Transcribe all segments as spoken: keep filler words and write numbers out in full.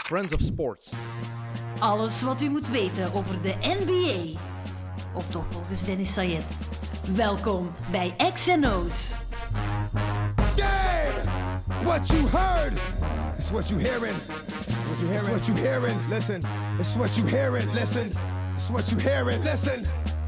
Friends of Sports. Alles wat u moet weten over de N B A. Of toch volgens Dennis Sayed. Welkom bij X N O's. Damn! What you heard is what you hearing. What you hearing? It's what you hearing. Listen. It's what you hearing. Listen. It's what you hearing. Listen.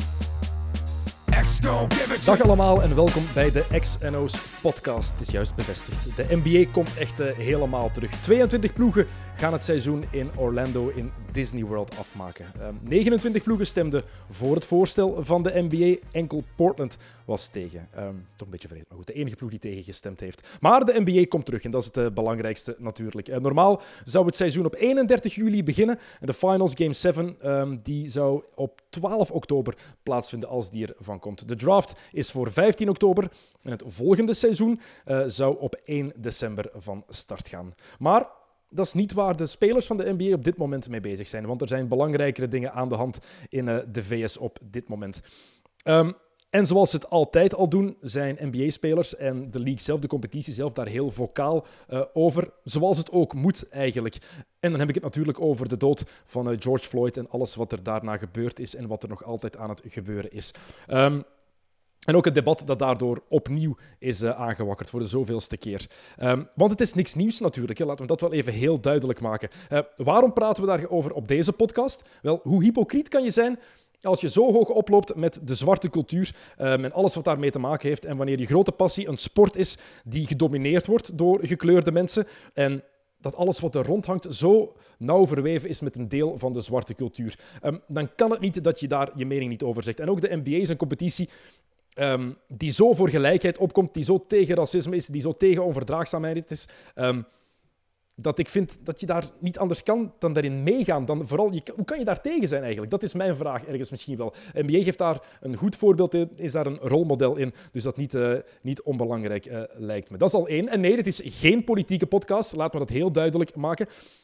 Dag allemaal en welkom bij de X N O's podcast. Het is juist bevestigd. De N B A komt echt uh, helemaal terug. tweeëntwintig ploegen gaan het seizoen in Orlando in Disney World afmaken. Um, negenentwintig ploegen stemden voor het voorstel van de N B A. Enkel Portland was tegen. Um, toch een beetje vreemd, maar goed. De enige ploeg die tegen gestemd heeft. Maar de N B A komt terug en dat is het uh, belangrijkste natuurlijk. Uh, normaal zou het seizoen op eenendertig juli beginnen. En de Finals Game zeven um, die zou op twaalf oktober plaatsvinden als die ervan komt. De draft is voor vijftien oktober en het volgende seizoen uh, zou op één december van start gaan. Maar dat is niet waar de spelers van de N B A op dit moment mee bezig zijn, want er zijn belangrijkere dingen aan de hand in uh, de V S op dit moment. Um, en zoals ze het altijd al doen, zijn N B A-spelers en de league zelf, de competitie zelf, daar heel vocaal uh, over. Zoals het ook moet, eigenlijk. En dan heb ik het natuurlijk over de dood van uh, George Floyd en alles wat er daarna gebeurd is en wat er nog altijd aan het gebeuren is. Um, En ook het debat dat daardoor opnieuw is uh, aangewakkerd voor de zoveelste keer. Um, want het is niks nieuws natuurlijk, hè. Laten we dat wel even heel duidelijk maken. Uh, waarom praten we daarover op deze podcast? Wel, hoe hypocriet kan je zijn als je zo hoog oploopt met de zwarte cultuur um, en alles wat daarmee te maken heeft en wanneer je grote passie een sport is die gedomineerd wordt door gekleurde mensen en dat alles wat er rondhangt zo nauw verweven is met een deel van de zwarte cultuur. Um, dan kan het niet dat je daar je mening niet over zegt. En ook de N B A is een competitie Um, die zo voor gelijkheid opkomt, die zo tegen racisme is, die zo tegen onverdraagzaamheid is, um, dat ik vind dat je daar niet anders kan dan daarin meegaan. Dan vooral, je, hoe kan je daar tegen zijn eigenlijk? Dat is mijn vraag ergens misschien wel. N B A geeft daar een goed voorbeeld in, is daar een rolmodel in, dus dat niet, uh, niet onbelangrijk uh, lijkt me. Dat is al één. En nee, dit is geen politieke podcast, laat me dat heel duidelijk maken.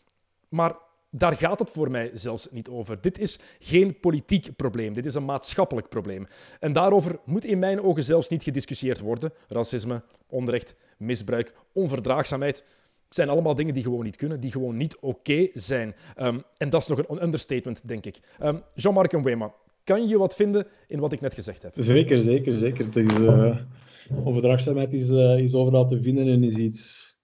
Maar daar gaat het voor mij zelfs niet over. Dit is geen politiek probleem. Dit is een maatschappelijk probleem. En daarover moet in mijn ogen zelfs niet gediscussieerd worden. Racisme, onrecht, misbruik, onverdraagzaamheid. Het zijn allemaal dingen die gewoon niet kunnen, die gewoon niet oké okay zijn. Um, en dat is nog een understatement, denk ik. Um, Jean-Marc Nwema, kan je wat vinden in wat ik net gezegd heb? Zeker, zeker, zeker. Het is, uh, onverdraagzaamheid is, uh, is overal te vinden en is iets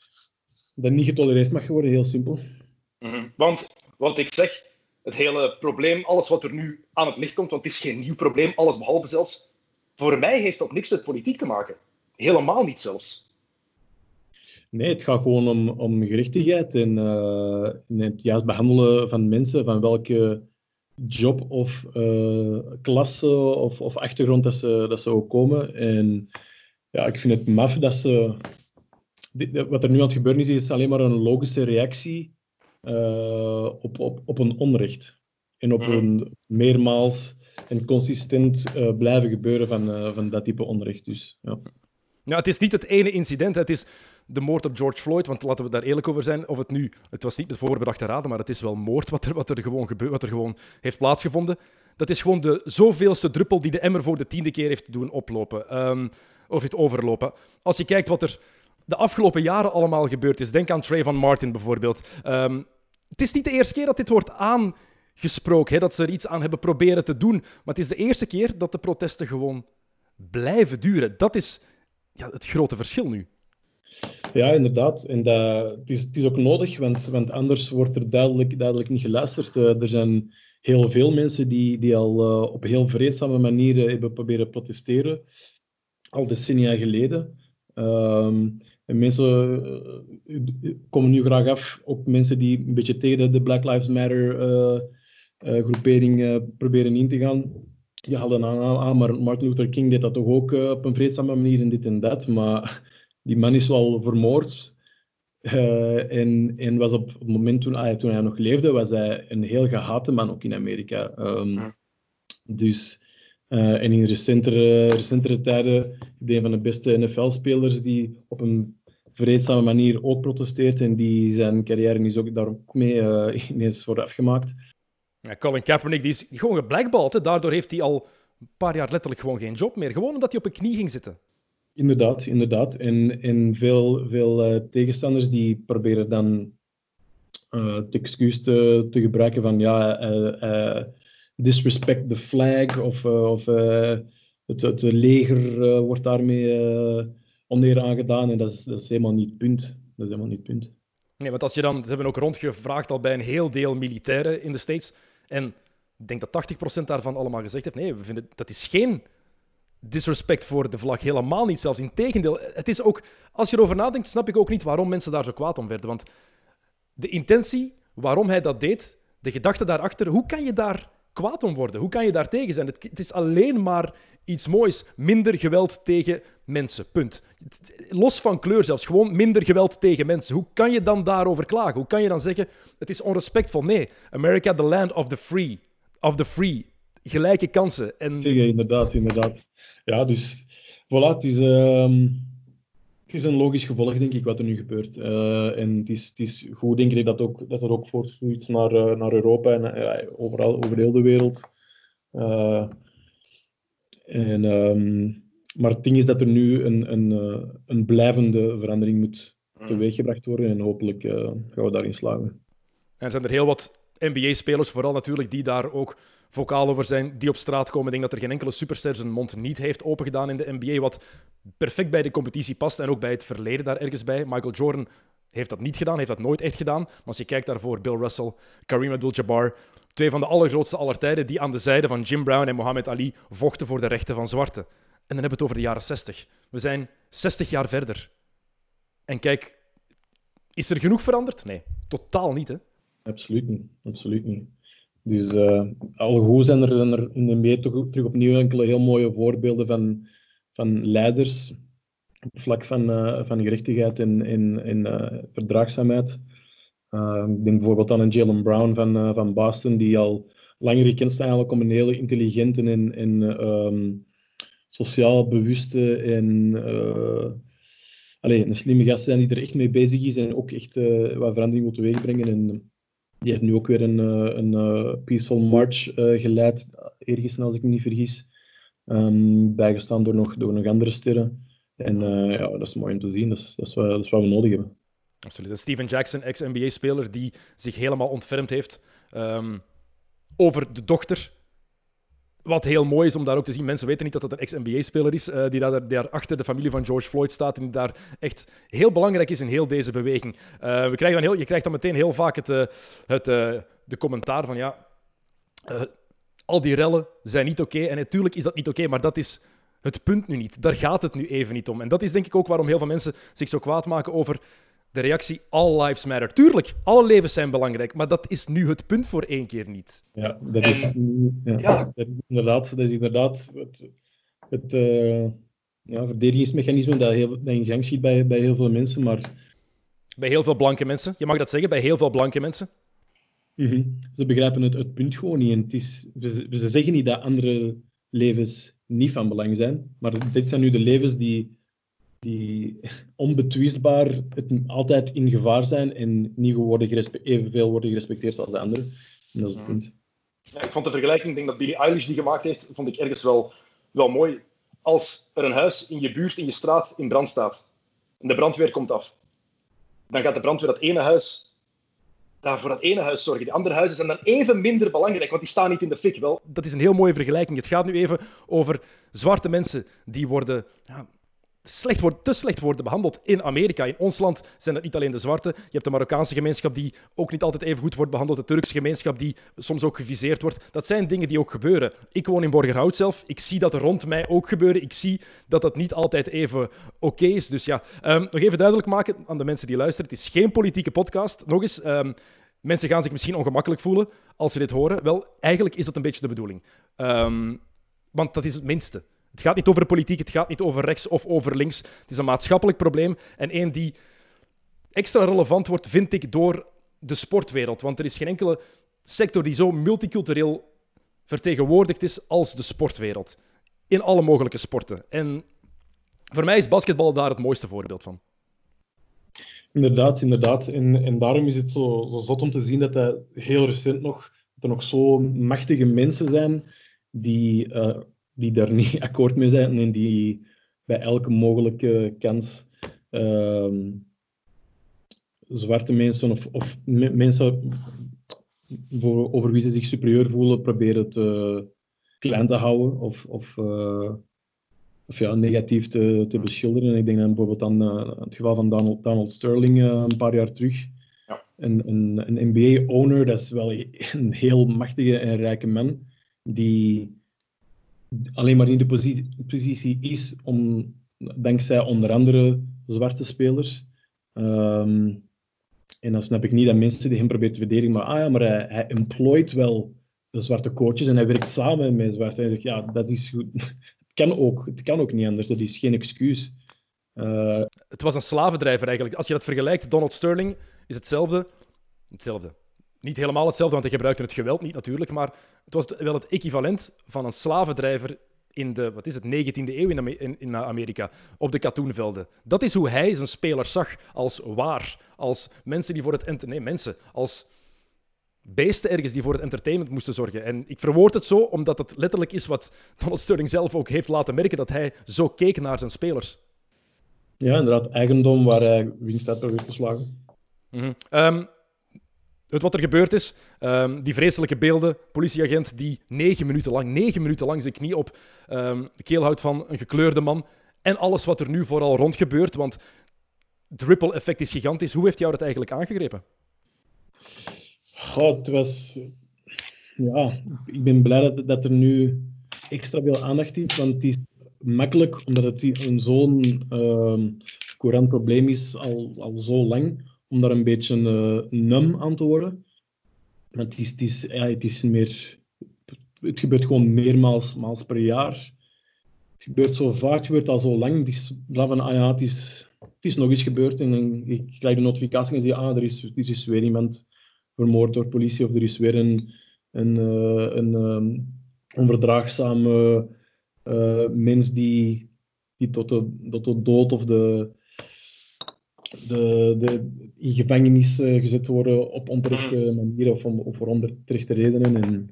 dat niet getolereerd mag worden, heel simpel. Mm-hmm. Want, wat ik zeg, het hele probleem, alles wat er nu aan het licht komt, want het is geen nieuw probleem, alles behalve zelfs, voor mij heeft dat niks met politiek te maken. Helemaal niet zelfs. Nee, het gaat gewoon om, om gerechtigheid en uh, het juist behandelen van mensen, van welke job of uh, klasse of, of achtergrond dat ze, dat ze ook komen. En ja, ik vind het maf dat ze... Wat er nu aan het gebeuren is, is alleen maar een logische reactie Uh, op, op, op een onrecht. En op een meermaals en consistent uh, blijven gebeuren van, uh, van dat type onrecht. Dus, ja. Ja, het is niet het ene incident, het is de moord op George Floyd, want laten we daar eerlijk over zijn, of het nu, het was niet met voorbedachte raden, maar het is wel moord wat er, wat er, gewoon, gebe- wat er gewoon heeft plaatsgevonden. Dat is gewoon de zoveelste druppel die de emmer voor de tiende keer heeft doen oplopen. Um, of heeft overlopen. Als je kijkt wat er de afgelopen jaren allemaal gebeurd is, denk aan Trayvon Martin bijvoorbeeld. Um, Het is niet de eerste keer dat dit wordt aangesproken, hè, dat ze er iets aan hebben proberen te doen. Maar het is de eerste keer dat de protesten gewoon blijven duren. Dat is ja, het grote verschil nu. Ja, inderdaad. En dat, het, is, het is ook nodig, want, want anders wordt er duidelijk, duidelijk niet geluisterd. Uh, er zijn heel veel mensen die, die al uh, op heel vreedzame manieren hebben proberen protesteren. Al decennia geleden. Um, En mensen uh, komen nu graag af op mensen die een beetje tegen de Black Lives Matter uh, uh, groepering uh, proberen in te gaan. Je haalde aan, aan, maar Martin Luther King deed dat toch ook uh, op een vreedzame manier en dit en dat. Maar die man is wel vermoord. Uh, en, en was op het moment toen, ah, toen hij nog leefde, was hij een heel gehate man ook in Amerika. Um, ja. Dus... Uh, en in recentere, recentere tijden een van de beste N F L-spelers die op een vreedzame manier ook protesteert en die zijn carrière is ook daar ook mee uh, ineens voor afgemaakt. Ja, Colin Kaepernick die is gewoon geblackballed. Hè. Daardoor heeft hij al een paar jaar letterlijk gewoon geen job meer. Gewoon omdat hij op een knie ging zitten. Inderdaad, inderdaad. En, en veel, veel uh, tegenstanders die proberen dan uh, het excuus te, te gebruiken van ja, uh, uh, disrespect the flag of, uh, of uh, het, het leger uh, wordt daarmee uh, oneer aangedaan. En dat is, dat is helemaal niet het punt. Dat is helemaal niet het punt. Nee, want als je dan... Ze hebben ook rondgevraagd al bij een heel deel militairen in de States. En ik denk dat tachtig procent daarvan allemaal gezegd heeft, nee, we vinden dat is geen disrespect voor de vlag. Helemaal niet zelfs. Integendeel, het is ook... Als je erover nadenkt, snap ik ook niet waarom mensen daar zo kwaad om werden. Want de intentie, waarom hij dat deed, de gedachte daarachter, hoe kan je daar kwaad om worden? Hoe kan je daar tegen zijn? Het, het is alleen maar iets moois. Minder geweld tegen mensen. Punt. Los van kleur zelfs. Gewoon minder geweld tegen mensen. Hoe kan je dan daarover klagen? Hoe kan je dan zeggen, het is onrespectvol? Nee. America, the land of the free. Of the free. Gelijke kansen. En... Ja, inderdaad, inderdaad. Ja, dus voilà, het is, uh, het is een logisch gevolg, denk ik, wat er nu gebeurt. Uh, en het is, het is goed, denk ik, dat, ook, dat er ook voortvloeit naar, uh, naar Europa en uh, overal, over heel de wereld. Uh, en, um, maar het ding is dat er nu een, een, uh, een blijvende verandering moet teweeggebracht worden en hopelijk uh, gaan we daarin slagen. En er zijn er heel wat N B A-spelers, vooral natuurlijk, die daar ook vocaal over zijn, die op straat komen. Ik denk dat er geen enkele superster zijn mond niet heeft opengedaan in de N B A, wat perfect bij de competitie past en ook bij het verleden daar ergens bij. Michael Jordan heeft dat niet gedaan, heeft dat nooit echt gedaan. Maar als je kijkt daarvoor, Bill Russell, Kareem Abdul-Jabbar, twee van de allergrootste aller tijden die aan de zijde van Jim Brown en Muhammad Ali vochten voor de rechten van zwarten. En dan hebben we het over de jaren zestig. We zijn zestig jaar verder. En kijk, is er genoeg veranderd? Nee, totaal niet, hè? Absoluut niet, absoluut niet. Dus uh, al goed zijn er, zijn er in de N B A toch terug opnieuw enkele heel mooie voorbeelden van, van leiders op het vlak van, uh, van gerechtigheid en, en, en uh, verdraagzaamheid. Uh, ik denk bijvoorbeeld aan een Jaylen Brown van, uh, van Boston, die al langer gekend staat eigenlijk om een hele intelligente en, en um, sociaal bewuste en uh, allez, een slimme gast zijn die er echt mee bezig is en ook echt uh, wat verandering wil teweegbrengen. En die heeft nu ook weer een, een, een Peaceful March uh, geleid, eergisteren als ik me niet vergis. Um, bijgestaan door nog, door nog andere sterren. En uh, ja, dat is mooi om te zien. Dat is, dat is, wat, dat is wat we nodig hebben. Absoluut. En Steven Jackson, ex-N B A-speler, die zich helemaal ontfermd heeft um, over de dochter. Wat heel mooi is om daar ook te zien. Mensen weten niet dat dat een ex-N B A-speler is, uh, die daar, daar achter de familie van George Floyd staat en die daar echt heel belangrijk is in heel deze beweging. Uh, we krijgen dan heel, je krijgt dan meteen heel vaak het, uh, het, uh, de commentaar van ja, uh, al die rellen zijn niet oké. Okay. En natuurlijk is dat niet oké, okay, maar dat is het punt nu niet. Daar gaat het nu even niet om. En dat is denk ik ook waarom heel veel mensen zich zo kwaad maken over de reactie All Lives Matter. Tuurlijk, alle levens zijn belangrijk, maar dat is nu het punt voor één keer niet. Ja, dat is, ja, ja. Dat is inderdaad, dat is inderdaad het, het uh, ja, verdedigingsmechanisme dat, heel, dat in gang schiet bij, bij heel veel mensen. Maar... Bij heel veel blanke mensen. Je mag dat zeggen, bij heel veel blanke mensen. Mm-hmm. Ze begrijpen het, het punt gewoon niet. En het is, ze, ze zeggen niet dat andere levens niet van belang zijn, maar dit zijn nu de levens die... die onbetwistbaar het altijd in gevaar zijn en niet worden gerespe- evenveel worden gerespecteerd als de anderen. En dat is het punt. Ja, ik vond de vergelijking, ik denk dat Billie Eilish die gemaakt heeft, vond ik ergens wel, wel mooi. Als er een huis in je buurt, in je straat, in brand staat en de brandweer komt af, dan gaat de brandweer dat ene huis, daar voor dat ene huis zorgen. Die andere huizen zijn dan even minder belangrijk, want die staan niet in de fik. Wel. Dat is een heel mooie vergelijking. Het gaat nu even over zwarte mensen die worden... Ja, Slecht wordt, te slecht worden behandeld in Amerika. In ons land zijn het niet alleen de zwarte. Je hebt de Marokkaanse gemeenschap die ook niet altijd even goed wordt behandeld. De Turkse gemeenschap die soms ook geviseerd wordt. Dat zijn dingen die ook gebeuren. Ik woon in Borgerhout zelf. Ik zie dat er rond mij ook gebeuren. Ik zie dat dat niet altijd even oké okay is. Dus ja, um, nog even duidelijk maken aan de mensen die luisteren. Het is geen politieke podcast. Nog eens, um, mensen gaan zich misschien ongemakkelijk voelen als ze dit horen. Wel, eigenlijk is dat een beetje de bedoeling. Um, want dat is het minste. Het gaat niet over de politiek, het gaat niet over rechts of over links. Het is een maatschappelijk probleem en één die extra relevant wordt, vind ik, door de sportwereld. Want er is geen enkele sector die zo multicultureel vertegenwoordigd is als de sportwereld. In alle mogelijke sporten. En voor mij is basketbal daar het mooiste voorbeeld van. Inderdaad, inderdaad. En, en daarom is het zo, zo zot om te zien dat dat heel recent nog, dat er nog zo machtige mensen zijn die... Uh, die daar niet akkoord mee zijn en die bij elke mogelijke kans uh, zwarte mensen of, of me- mensen voor, over wie ze zich superieur voelen, proberen te klein te houden of, of, uh, of ja, negatief te, te beschilderen. Ik denk dan bijvoorbeeld aan uh, het geval van Donald, Donald Sterling uh, een paar jaar terug. Ja. Een, een, een N B A-owner, dat is wel een heel machtige en rijke man, die alleen maar in de positie, positie is om, dankzij onder andere zwarte spelers. Um, en dan snap ik niet dat mensen die hem proberen te verdedigen, maar, ah ja, maar hij, hij employt wel de zwarte coaches en hij werkt samen met zwarte. En hij zegt, ja, dat is goed. Het kan ook, het kan ook niet anders, dat is geen excuus. Uh, Het was een slavendrijver eigenlijk. Als je dat vergelijkt, Donald Sterling is hetzelfde. Hetzelfde. Niet helemaal hetzelfde, want hij gebruikte het geweld niet natuurlijk, maar het was wel het equivalent van een slavendrijver in de, wat is het, negentiende eeuw in, Amer- in, in Amerika, op de katoenvelden. Dat is hoe hij zijn spelers zag, als waar, als mensen die voor het... Ent- nee, mensen, als beesten ergens die voor het entertainment moesten zorgen. En ik verwoord het zo, omdat het letterlijk is wat Donald Sterling zelf ook heeft laten merken, dat hij zo keek naar zijn spelers. Ja, inderdaad, eigendom waar hij winst uit probeert te slagen. Mm-hmm. Um, Het wat er gebeurd is, um, die vreselijke beelden, politieagent die negen minuten lang, negen minuten lang zijn knie op um, de keel houdt van een gekleurde man. En alles wat er nu vooral rond gebeurt, want het ripple-effect is gigantisch. Hoe heeft jou dat eigenlijk aangegrepen? Goh, het was... Ja, ik ben blij dat, dat er nu extra veel aandacht is, want het is makkelijk, omdat het een zo'n um, courant probleem is al, al zo lang, om daar een beetje uh, numb aan te worden. Maar het is, het is, ja, het is meer... Het gebeurt gewoon meermaals maals per jaar. Het gebeurt zo vaak, het gebeurt al zo lang. Het is van, ah ja, het is, het is nog eens gebeurd. En dan, ik krijg de notificatie en zie, ah, er is, er is weer iemand vermoord door politie, of er is weer een, een, uh, een um, onverdraagzame uh, mens die, die tot, de, tot de dood of de... De, de, in gevangenis uh, gezet worden op onterechte manieren of, om, of voor onterechte redenen. En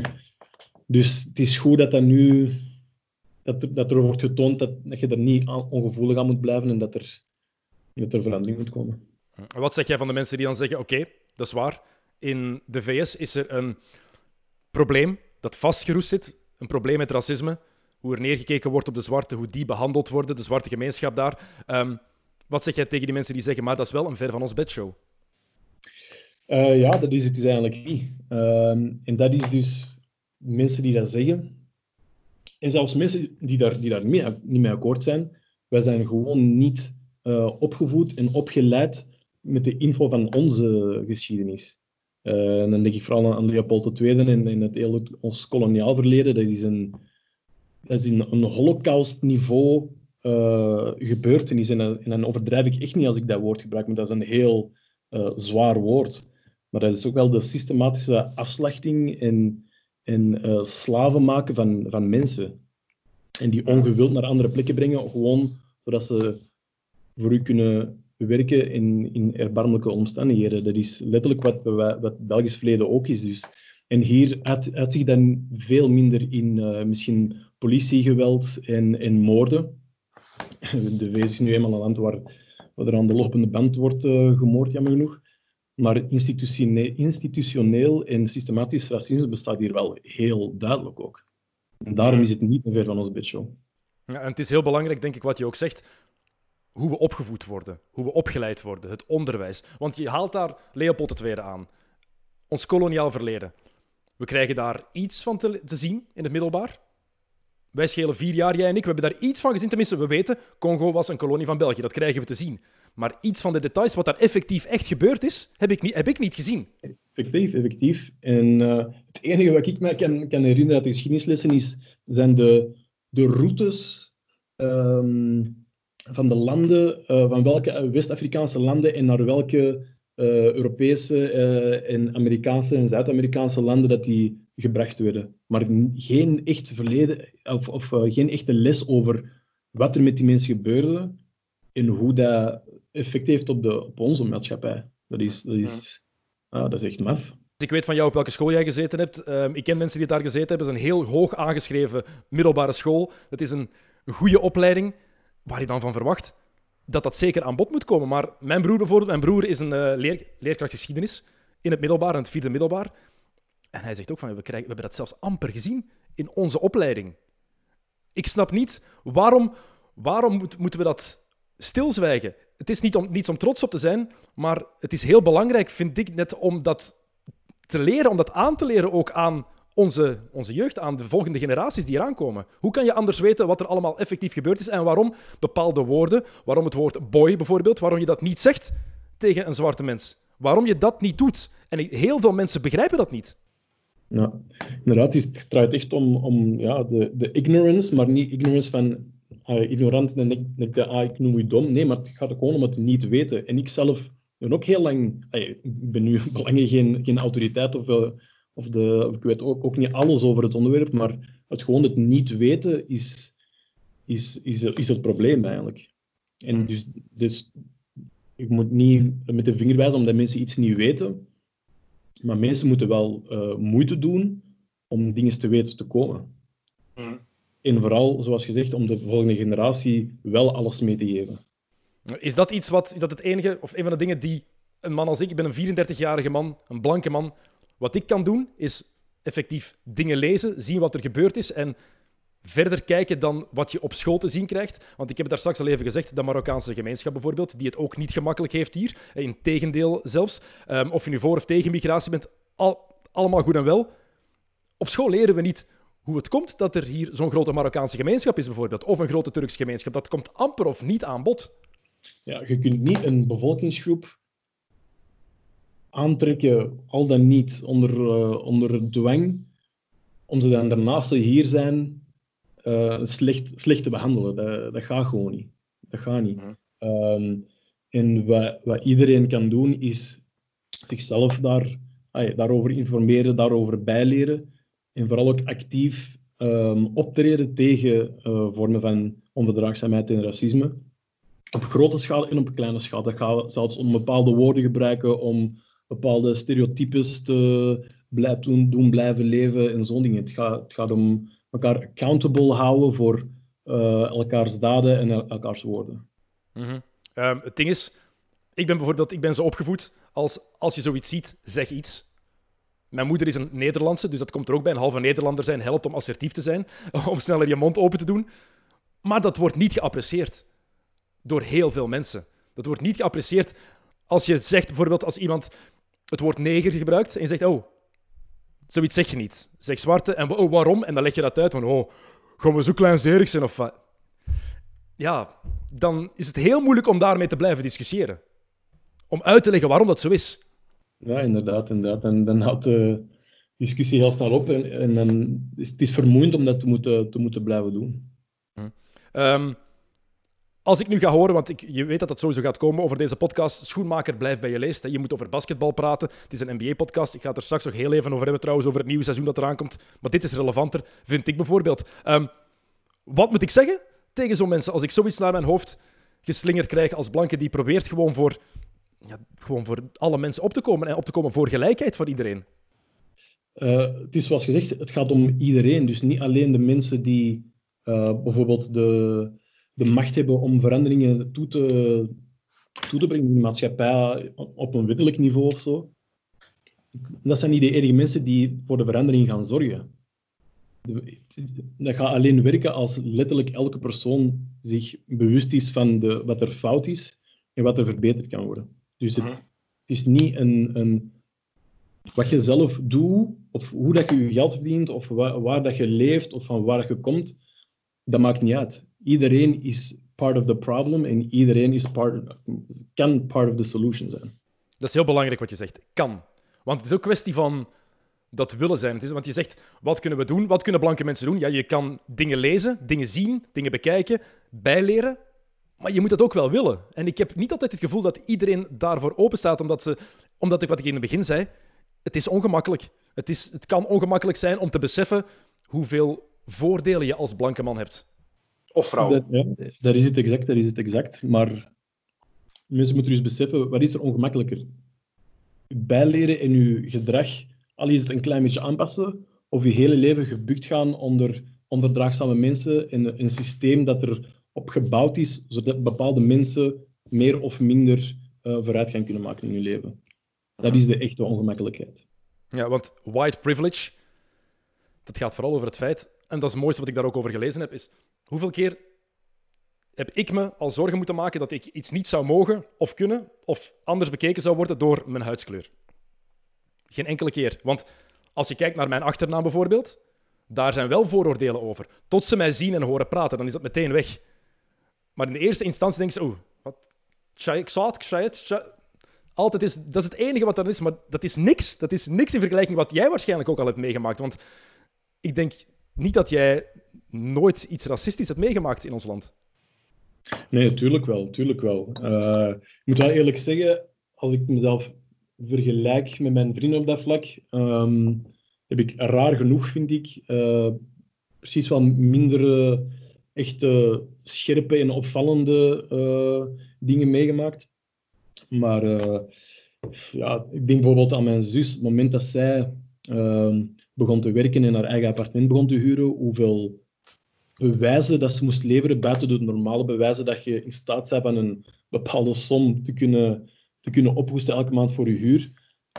dus het is goed dat, dat nu dat er, dat er wordt getoond dat, dat je er niet aan, ongevoelig aan moet blijven en dat er, dat er verandering moet komen. Wat zeg jij van de mensen die dan zeggen, oké, okay, dat is waar. In de V S is er een probleem dat vastgeroest zit. Een probleem met racisme. Hoe er neergekeken wordt op de zwarte, hoe die behandeld worden, de zwarte gemeenschap daar. Um, Wat zeg jij tegen die mensen die zeggen, maar dat is wel een ver van ons bedshow? Uh, ja, dat is het dus eigenlijk niet. Uh, en dat is dus mensen die dat zeggen. En zelfs mensen die daar, die daar mee, niet mee akkoord zijn. Wij zijn gewoon niet uh, opgevoed en opgeleid met de info van onze geschiedenis. Uh, en dan denk ik vooral aan Leopold de Tweede en, en het hele, ons koloniaal verleden. Dat is een, dat is een, een holocaust-niveau... Uh, gebeurtenis. En, en dan overdrijf ik echt niet als ik dat woord gebruik, maar dat is een heel uh, zwaar woord. Maar dat is ook wel de systematische afslachting en, en uh, slaven maken van, van mensen. En die ongewild naar andere plekken brengen, gewoon zodat ze voor u kunnen werken in, in erbarmelijke omstandigheden. Dat is letterlijk wat, wat, wat Belgisch verleden ook is. Dus. En hier uit, uit zich dan veel minder in uh, misschien politiegeweld en, en moorden. De V S is nu eenmaal een land waar, waar er aan de lopende band wordt uh, gemoord, jammer genoeg. Maar institutioneel, institutioneel en systematisch racisme bestaat hier wel heel duidelijk ook. En daarom is het niet te ver van ons bedshow. Ja, en het is heel belangrijk, denk ik, wat je ook zegt, hoe we opgevoed worden, hoe we opgeleid worden, het onderwijs. Want je haalt daar Leopold de Tweede aan. Ons koloniaal verleden. We krijgen daar iets van te, te zien in het middelbaar. Wij schelen vier jaar, jij en ik. We hebben daar iets van gezien. Tenminste, we weten, Congo was een kolonie van België. Dat krijgen we te zien. Maar iets van de details, wat daar effectief echt gebeurd is, heb ik niet, heb ik niet gezien. Effectief, effectief. En uh, het enige wat ik me kan, kan herinneren uit de geschiedenislessen is, zijn de, de routes um, van de landen, uh, van welke West-Afrikaanse landen en naar welke uh, Europese uh, en Amerikaanse en Zuid-Amerikaanse landen dat die gebracht werden. Maar geen echt verleden, of, of uh, geen echte les over wat er met die mensen gebeurde en hoe dat effect heeft op, de, op onze maatschappij. Dat is, dat is, ja. ah, dat is echt maf. Ik weet van jou op welke school jij gezeten hebt. Um, ik ken mensen die daar gezeten hebben. Het is een heel hoog aangeschreven middelbare school. Het is een goede opleiding. Waar je dan van verwacht? dat dat zeker aan bod moet komen. Maar mijn broer bijvoorbeeld, mijn broer is een uh, leer, leerkracht geschiedenis in het middelbaar, in het vierde middelbaar. En hij zegt ook van, we, krijgen, we hebben dat zelfs amper gezien in onze opleiding. Ik snap niet, waarom, waarom moet, moeten we dat stilzwijgen? Het is niet om, niets om trots op te zijn, maar het is heel belangrijk, vind ik, net om dat te leren, om dat aan te leren ook aan onze, onze jeugd, aan de volgende generaties die eraan komen. Hoe kan je anders weten wat er allemaal effectief gebeurd is en waarom bepaalde woorden, waarom het woord boy bijvoorbeeld, waarom je dat niet zegt tegen een zwarte mens? Waarom je dat niet doet? En heel veel mensen begrijpen dat niet. Ja, inderdaad, het draait echt om, om ja, de, de ignorance, maar niet ignorance van uh, ignorant en ik, ik, de, ah, ik noem je dom. Nee, maar het gaat ook gewoon om het niet weten. En ik zelf ben ook heel lang, uh, ik ben nu belangrijk geen, geen autoriteit of, uh, of, de, of ik weet ook, ook niet alles over het onderwerp, maar het gewoon het niet weten is, is, is, is het probleem eigenlijk. En dus, dus ik moet niet met de vinger wijzen omdat mensen iets niet weten. Maar mensen moeten wel uh, moeite doen om dingen te weten te komen. Mm. En vooral, zoals gezegd, om de volgende generatie wel alles mee te geven. Is dat iets wat, is dat het enige, of een van de dingen die een man als ik, ik ben een vierendertigjarige man, een blanke man, wat ik kan doen, is effectief dingen lezen, zien wat er gebeurd is en verder kijken dan wat je op school te zien krijgt. Want ik heb het daar straks al even gezegd, de Marokkaanse gemeenschap bijvoorbeeld, die het ook niet gemakkelijk heeft hier. Integendeel zelfs. Um, of je nu voor of tegen migratie bent, al, allemaal goed en wel. Op school leren we niet hoe het komt dat er hier zo'n grote Marokkaanse gemeenschap is bijvoorbeeld. Of een grote Turkse gemeenschap. Dat komt amper of niet aan bod. Ja, je kunt niet een bevolkingsgroep aantrekken, al dan niet onder, uh, onder dwang, om ze dan daarnaast ze hier zijn Uh, slecht, slecht te behandelen. Dat, dat gaat gewoon niet. Dat gaat niet. Um, en wat, wat iedereen kan doen, is zichzelf daar, ay, daarover informeren, daarover bijleren. En vooral ook actief um, optreden tegen uh, vormen van onverdraagzaamheid en racisme. Op grote schaal en op kleine schaal. Dat gaat zelfs om bepaalde woorden gebruiken, om bepaalde stereotypes te blij, doen, doen blijven leven en zo'n dingen. Het gaat, het gaat om elkaar accountable houden voor uh, elkaars daden en el- elkaars woorden. Mm-hmm. Um, het ding is, ik ben bijvoorbeeld ik ben zo opgevoed als als je zoiets ziet, zeg iets. Mijn moeder is een Nederlandse, dus dat komt er ook bij. Een halve Nederlander zijn helpt om assertief te zijn, om sneller je mond open te doen. Maar dat wordt niet geapprecieerd door heel veel mensen. Dat wordt niet geapprecieerd als je zegt, bijvoorbeeld als iemand het woord neger gebruikt en je zegt, oh, zoiets zeg je niet. Zeg zwarte en oh, waarom? En dan leg je dat uit van, oh, gaan we zo kleinzerig zijn of wat? Ja, dan is het heel moeilijk om daarmee te blijven discussiëren. Om uit te leggen waarom dat zo is. Ja, inderdaad. inderdaad. En dan houdt de discussie heel snel op en, en dan is het is vermoeiend om dat te moeten, te moeten blijven doen. Um, als ik nu ga horen, want ik, je weet dat het sowieso gaat komen over deze podcast, Schoenmaker blijft bij je leest. Hè. Je moet over basketbal praten. Het is een N B A-podcast. Ik ga het er straks nog heel even over hebben trouwens, over het nieuwe seizoen dat eraan komt. Maar dit is relevanter, vind ik bijvoorbeeld. Um, wat moet ik zeggen tegen zo'n mensen als ik zoiets naar mijn hoofd geslingerd krijg als blanke die probeert gewoon voor, ja, gewoon voor alle mensen op te komen en op te komen voor gelijkheid voor iedereen? Uh, het is zoals gezegd, het gaat om iedereen. Dus niet alleen de mensen die uh, bijvoorbeeld de... de macht hebben om veranderingen toe te, toe te brengen in de maatschappij op een wettelijk niveau of zo. Dat zijn niet de enige mensen die voor de verandering gaan zorgen. Dat gaat alleen werken als letterlijk elke persoon zich bewust is van de, wat er fout is en wat er verbeterd kan worden. Dus het, het is niet een, een, wat je zelf doet, of hoe dat je je geld verdient, of waar, waar dat je leeft, of van waar je komt, dat maakt niet uit. Iedereen is part of the problem en iedereen is part, kan part of the solution zijn. Dat is heel belangrijk wat je zegt. Kan. Want het is ook een kwestie van dat willen zijn. Het is, want je zegt, wat kunnen we doen? Wat kunnen blanke mensen doen? Ja, je kan dingen lezen, dingen zien, dingen bekijken, bijleren. Maar je moet dat ook wel willen. En ik heb niet altijd het gevoel dat iedereen daarvoor openstaat, omdat, ze, omdat ik wat ik in het begin zei, het is ongemakkelijk. Het, is, het kan ongemakkelijk zijn om te beseffen hoeveel voordelen je als blanke man hebt. Of vrouw. Dat, ja, daar is het exact, daar is het exact. Maar mensen moeten dus beseffen, wat is er ongemakkelijker? Bijleren en je gedrag, al is het een klein beetje aanpassen, of je hele leven gebukt gaan onder onverdraagzame mensen en een systeem dat er op gebouwd is, zodat bepaalde mensen meer of minder uh, vooruitgang kunnen maken in hun leven. Dat is de echte ongemakkelijkheid. Ja, want white privilege, dat gaat vooral over het feit, en dat is het mooiste wat ik daar ook over gelezen heb, is hoeveel keer heb ik me al zorgen moeten maken dat ik iets niet zou mogen of kunnen, of anders bekeken zou worden door mijn huidskleur. Geen enkele keer. Want als je kijkt naar mijn achternaam bijvoorbeeld, daar zijn wel vooroordelen over. Tot ze mij zien en horen praten, dan is dat meteen weg. Maar in de eerste instantie denken ze, oeh, wat? Xayet, Xayet, altijd is, dat is het enige wat er is, maar dat is niks. Dat is niks in vergelijking met wat jij waarschijnlijk ook al hebt meegemaakt. Want ik denk niet dat jij nooit iets racistisch hebt meegemaakt in ons land. Nee, tuurlijk wel. Tuurlijk wel. Uh, ik moet wel eerlijk zeggen, als ik mezelf vergelijk met mijn vrienden op dat vlak, um, heb ik raar genoeg, vind ik, uh, precies wel minder uh, echt uh, scherpe en opvallende uh, dingen meegemaakt. Maar uh, ja, ik denk bijvoorbeeld aan mijn zus. Op het moment dat zij uh, begon te werken en haar eigen appartement begon te huren, hoeveel bewijzen dat ze moest leveren, buiten de normale bewijzen dat je in staat bent van een bepaalde som te kunnen, te kunnen ophoesten elke maand voor je huur.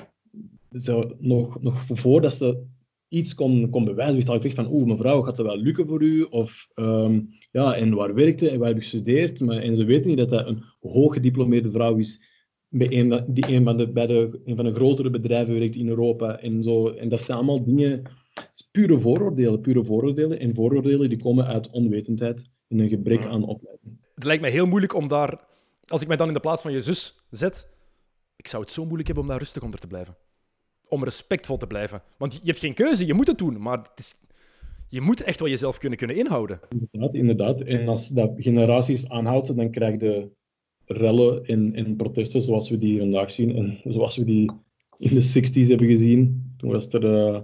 Zo, nog, nog voordat ze iets kon, kon bewijzen, wist ik echt van, oeh, mevrouw, gaat dat wel lukken voor u? Of, um, ja, en waar werkte en waar heb je gestudeerd? Maar, en ze weten niet dat dat een hooggediplomeerde vrouw is, bij een, die een van, de, bij de, een van de grotere bedrijven werkt in Europa. En, zo. En dat zijn allemaal dingen, pure vooroordelen, pure vooroordelen. En vooroordelen die komen uit onwetendheid en een gebrek aan opleiding. Het lijkt mij heel moeilijk om daar, als ik mij dan in de plaats van je zus zet, ik zou het zo moeilijk hebben om daar rustig onder te blijven. Om respectvol te blijven. Want je hebt geen keuze, je moet het doen, maar het is, je moet echt wel jezelf kunnen, kunnen inhouden. Inderdaad, inderdaad. En als dat generaties aanhoudt, dan krijg je rellen en, en protesten zoals we die vandaag zien en zoals we die in de zestig's hebben gezien. Toen was er... Uh,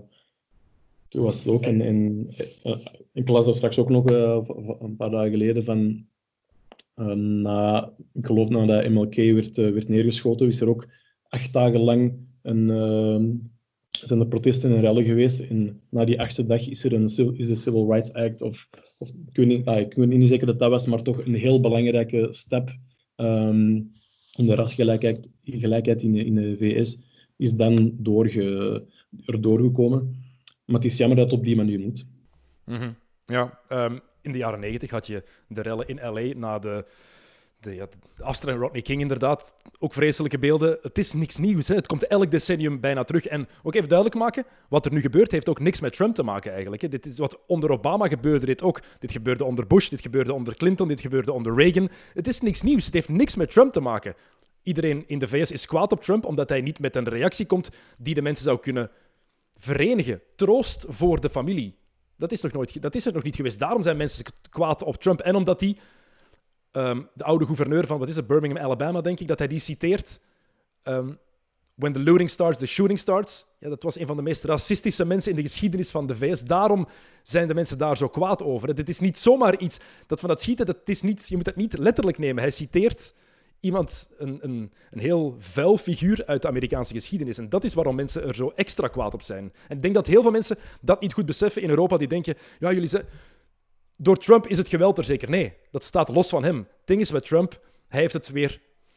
toen was het ook, en, en uh, ik las daar straks ook nog uh, een paar dagen geleden van... Uh, na, ik geloof nadat M L K werd, uh, werd neergeschoten, is er ook acht dagen lang een, uh, zijn er protesten en rellen geweest. En na die achtste dag is er een is de Civil Rights Act, of, of ik, weet niet, ah, ik weet niet zeggen dat dat was, maar toch een heel belangrijke stap um, in de rasgelijkheid gelijkheid in, in de V S, is dan doorge, erdoor gekomen. Maar het is jammer dat het op die manier moet. Mm-hmm. Ja, um, in de jaren negentig had je de rellen in L A na de, de, ja, de afstand van Rodney King, inderdaad. Ook vreselijke beelden. Het is niks nieuws. Hè. Het komt elk decennium bijna terug. En ook even duidelijk maken, wat er nu gebeurt, heeft ook niks met Trump te maken eigenlijk. Hè. Dit is wat onder Obama gebeurde, dit ook. Dit gebeurde onder Bush, dit gebeurde onder Clinton, dit gebeurde onder Reagan. Het is niks nieuws. Het heeft niks met Trump te maken. Iedereen in de V S is kwaad op Trump, omdat hij niet met een reactie komt die de mensen zou kunnen verenigen. Troost voor de familie. Dat is, nog nooit, dat is er nog niet geweest. Daarom zijn mensen kwaad op Trump. En omdat hij, um, de oude gouverneur van, wat is het, Birmingham, Alabama, denk ik, dat hij die citeert. Um, When the looting starts, the shooting starts. Ja, dat was een van de meest racistische mensen in de geschiedenis van de V S. Daarom zijn de mensen daar zo kwaad over. Dit is niet zomaar iets, dat van dat schieten, dat is niet, je moet het niet letterlijk nemen. Hij citeert iemand, een, een, een heel vuil figuur uit de Amerikaanse geschiedenis. En dat is waarom mensen er zo extra kwaad op zijn. En ik denk dat heel veel mensen dat niet goed beseffen in Europa, die denken, ja, jullie zeggen, door Trump is het geweld er zeker. Nee, dat staat los van hem. Het ding is met Trump, hij heeft het weer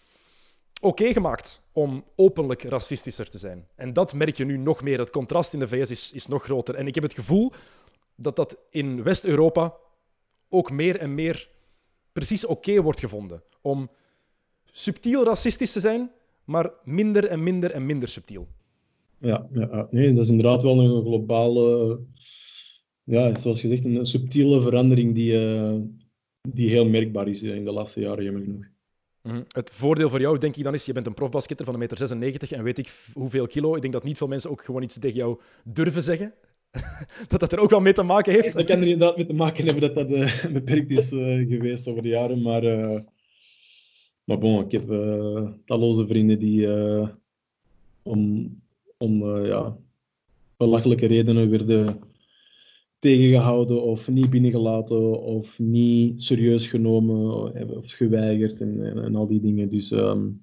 oké okay gemaakt om openlijk racistischer te zijn. En dat merk je nu nog meer. Het contrast in de V S is, is nog groter. En ik heb het gevoel dat dat in West-Europa ook meer en meer precies oké okay wordt gevonden. Om subtiel racistisch te zijn, maar minder en minder en minder subtiel. Ja, ja, nee, dat is inderdaad wel een globale, ja, zoals gezegd, een subtiele verandering die, uh, die heel merkbaar is in de laatste jaren, jammer genoeg. Mm-hmm. Het voordeel voor jou, denk ik dan, is, je bent een profbasketter van een meter zesennegentig en weet ik hoeveel kilo. Ik denk dat niet veel mensen ook gewoon iets tegen jou durven zeggen. Dat dat er ook wel mee te maken heeft. Dat kan er inderdaad mee te maken hebben dat dat uh, beperkt is uh, geweest over de jaren, maar... Uh, Maar bon, ik heb uh, talloze vrienden die uh, om, om uh, ja, belachelijke redenen werden tegengehouden of niet binnengelaten of niet serieus genomen of geweigerd en, en, en al die dingen. Dus, um...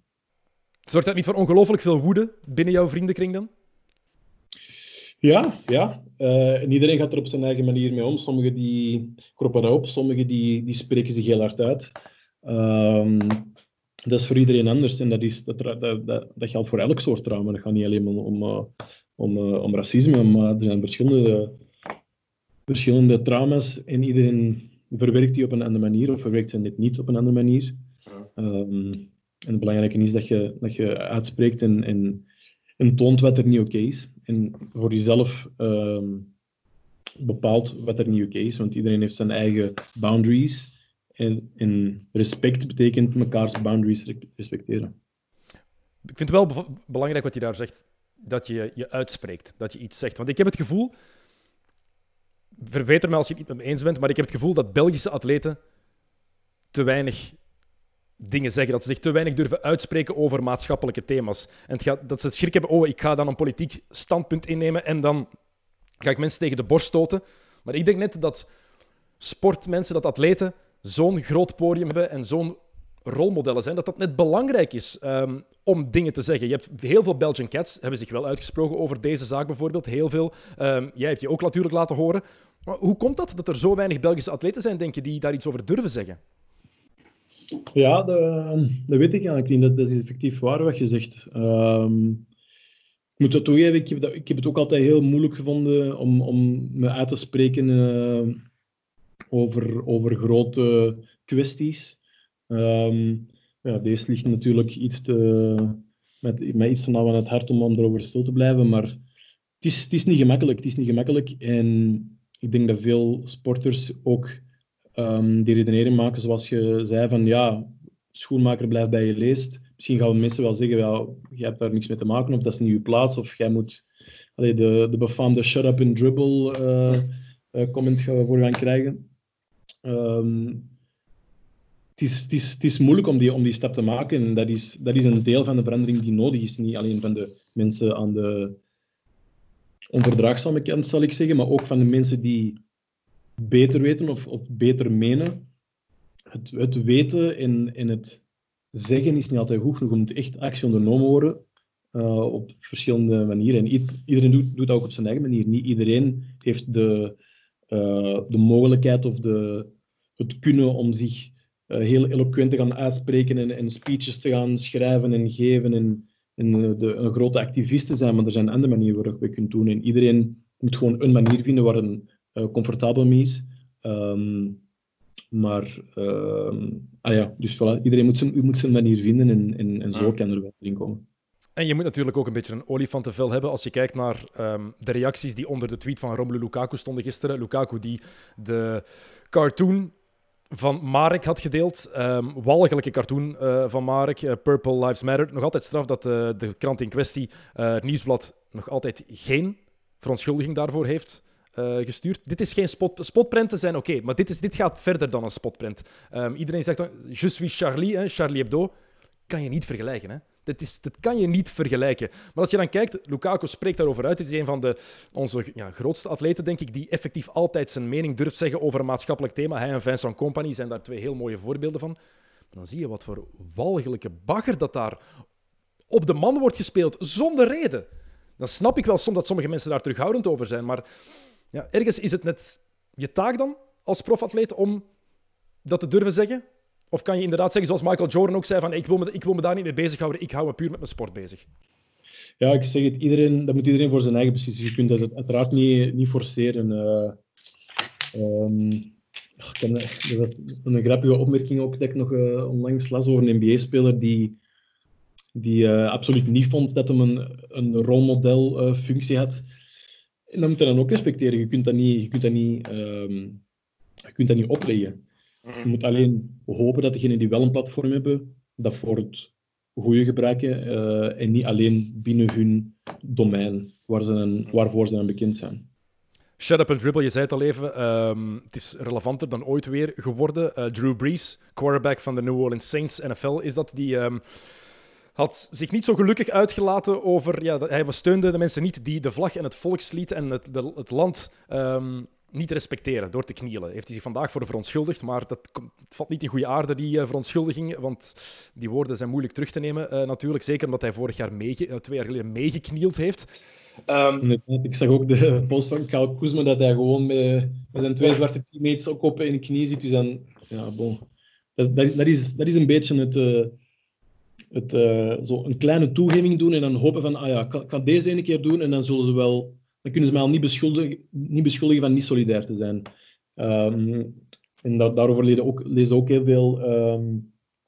Zorgt dat niet voor ongelooflijk veel woede binnen jouw vriendenkring dan? Ja, ja. Uh, en iedereen gaat er op zijn eigen manier mee om. Sommigen die kroppen daarop, sommigen die, die spreken zich heel hard uit. Um, dat is voor iedereen anders en dat, is, dat, dat, dat, dat geldt voor elk soort trauma. Dat gaat niet alleen om, om, uh, om, uh, om racisme, maar er zijn verschillende, uh, verschillende trauma's en iedereen verwerkt die op een andere manier of verwerkt ze net niet op een andere manier. Um, en het belangrijke is dat je, dat je uitspreekt en, en, en toont wat er niet oké okay is. En voor jezelf um, bepaalt wat er niet oké okay is, want iedereen heeft zijn eigen boundaries. En, en respect betekent mekaars boundaries respecteren. Ik vind het wel bev- belangrijk wat je daar zegt, dat je je uitspreekt, dat je iets zegt. Want ik heb het gevoel, verbeter me als je het niet met me eens bent, maar ik heb het gevoel dat Belgische atleten te weinig dingen zeggen, dat ze zich te weinig durven uitspreken over maatschappelijke thema's. En het gaat, dat ze schrik hebben, oh, ik ga dan een politiek standpunt innemen en dan ga ik mensen tegen de borst stoten. Maar ik denk net dat sportmensen, dat atleten zo'n groot podium hebben en zo'n rolmodellen zijn, dat dat net belangrijk is um, om dingen te zeggen. Je hebt heel veel Belgian Cats, hebben zich wel uitgesproken over deze zaak bijvoorbeeld. Heel veel. Um, jij hebt je ook natuurlijk laten horen. Maar hoe komt dat, dat er zo weinig Belgische atleten zijn, denk je, die daar iets over durven zeggen? Ja, dat, dat weet ik eigenlijk niet. Dat, dat is effectief waar wat je zegt. Um, ik moet dat toegeven, ik heb, dat, ik heb het ook altijd heel moeilijk gevonden om, om me uit te spreken uh, over, over grote kwesties. Um, ja, deze ligt natuurlijk iets te, met, met iets te nauw aan het hart om, om erover stil te blijven, maar het is, het is niet gemakkelijk. Het is niet gemakkelijk en ik denk dat veel sporters ook um, die redenering maken zoals je zei van ja, schoenmaker blijft bij je leest. Misschien gaan mensen wel zeggen, ja, jij hebt daar niks mee te maken of dat is niet je plaats of jij moet allee, de, de befaamde shut up and dribble uh, uh, comment voor gaan krijgen. Um, Het is, het, is, het is moeilijk om die, om die stap te maken en dat is, dat is een deel van de verandering die nodig is. Niet alleen van de mensen aan de onverdraagzame kant, zal ik zeggen, maar ook van de mensen die beter weten of, of beter menen. Het, het weten en, en het zeggen is niet altijd goed genoeg. Er moet echt actie ondernomen worden uh, op verschillende manieren. En iedereen doet, doet dat ook op zijn eigen manier. Niet iedereen heeft de, uh, de mogelijkheid of de, het kunnen om zich Uh, heel eloquent te gaan uitspreken en, en speeches te gaan schrijven en geven en, en uh, de, een grote activist te zijn, maar er zijn andere manieren waarop je kunt doen. En iedereen moet gewoon een manier vinden waar een uh, comfortabel mee is. Um, maar, uh, ah ja, dus voilà, iedereen moet zijn, moet zijn manier vinden en, en, en zo kan er wel in komen. En je moet natuurlijk ook een beetje een olifantenvel hebben als je kijkt naar um, de reacties die onder de tweet van Romelu Lukaku stonden gisteren. Lukaku die de cartoon van Marek had gedeeld. Um, walgelijke cartoon uh, van Marek, uh, Purple Lives Matter. Nog altijd straf dat uh, de krant in kwestie, uh, het Nieuwsblad, nog altijd geen verontschuldiging daarvoor heeft uh, gestuurd. Dit is geen spot... Spotprenten zijn oké, okay, maar dit, is, dit gaat verder dan een spotprint. Um, iedereen zegt dan, je suis Charlie, hè, Charlie Hebdo. Kan je niet vergelijken, hè? Dat, is, dat kan je niet vergelijken. Maar als je dan kijkt, Lukaku spreekt daarover uit. Hij is een van de, onze ja, grootste atleten, denk ik, die effectief altijd zijn mening durft zeggen over een maatschappelijk thema. Hij en Vincent Kompany zijn daar twee heel mooie voorbeelden van. Maar dan zie je wat voor walgelijke bagger dat daar op de man wordt gespeeld, zonder reden. Dan snap ik wel soms dat sommige mensen daar terughoudend over zijn. Maar ja, ergens is het net je taak dan, als profatleet, om dat te durven zeggen. Of kan je inderdaad zeggen, zoals Michael Jordan ook zei, van ik wil me, ik wil me daar niet mee bezighouden, ik hou me puur met mijn sport bezig. Ja, ik zeg het, iedereen, dat moet iedereen voor zijn eigen beslissen. Je kunt dat uiteraard niet, niet forceren. Uh, um, ik kan, dat is een grappige opmerking ook, dat ik nog uh, onlangs las over een N B A-speler die, die uh, absoluut niet vond dat hij een, een rolmodel-functie uh, had. En dat moet je dan ook respecteren. Je kunt dat niet, je kunt dat niet, um, je kunt dat niet opleggen. Je moet alleen hopen dat degenen die wel een platform hebben, dat voor het goede gebruiken uh, en niet alleen binnen hun domein, waar ze dan, waarvoor ze dan bekend zijn. Shut up and dribble, je zei het al even. Um, het is relevanter dan ooit weer geworden. Uh, Drew Brees, quarterback van de New Orleans Saints, N F L is dat, die um, had zich niet zo gelukkig uitgelaten over... Ja, hij steunde de mensen niet die de vlag en het volkslied en het, de, het land... Um, niet respecteren door te knielen. Heeft hij zich vandaag voor verontschuldigd, maar dat komt, het valt niet in goede aarde, die uh, verontschuldiging, want die woorden zijn moeilijk terug te nemen uh, natuurlijk, zeker omdat hij vorig jaar, meege, uh, twee jaar geleden meegeknield heeft. Um, Ik zag ook de post van Kyle Kuzma dat hij gewoon met, met zijn twee zwarte teammates ook op in de knie zit. Dus dan, ja, bon. Dat, dat, dat, is, dat is een beetje het, uh, het uh, zo een kleine toegeving doen en dan hopen van, ah ja, ik kan, kan deze ene keer doen en dan zullen ze wel, dan kunnen ze mij al niet beschuldigen, niet beschuldigen van niet solidair te zijn. Um, en da- daarover lees ook, lees ook heel veel um,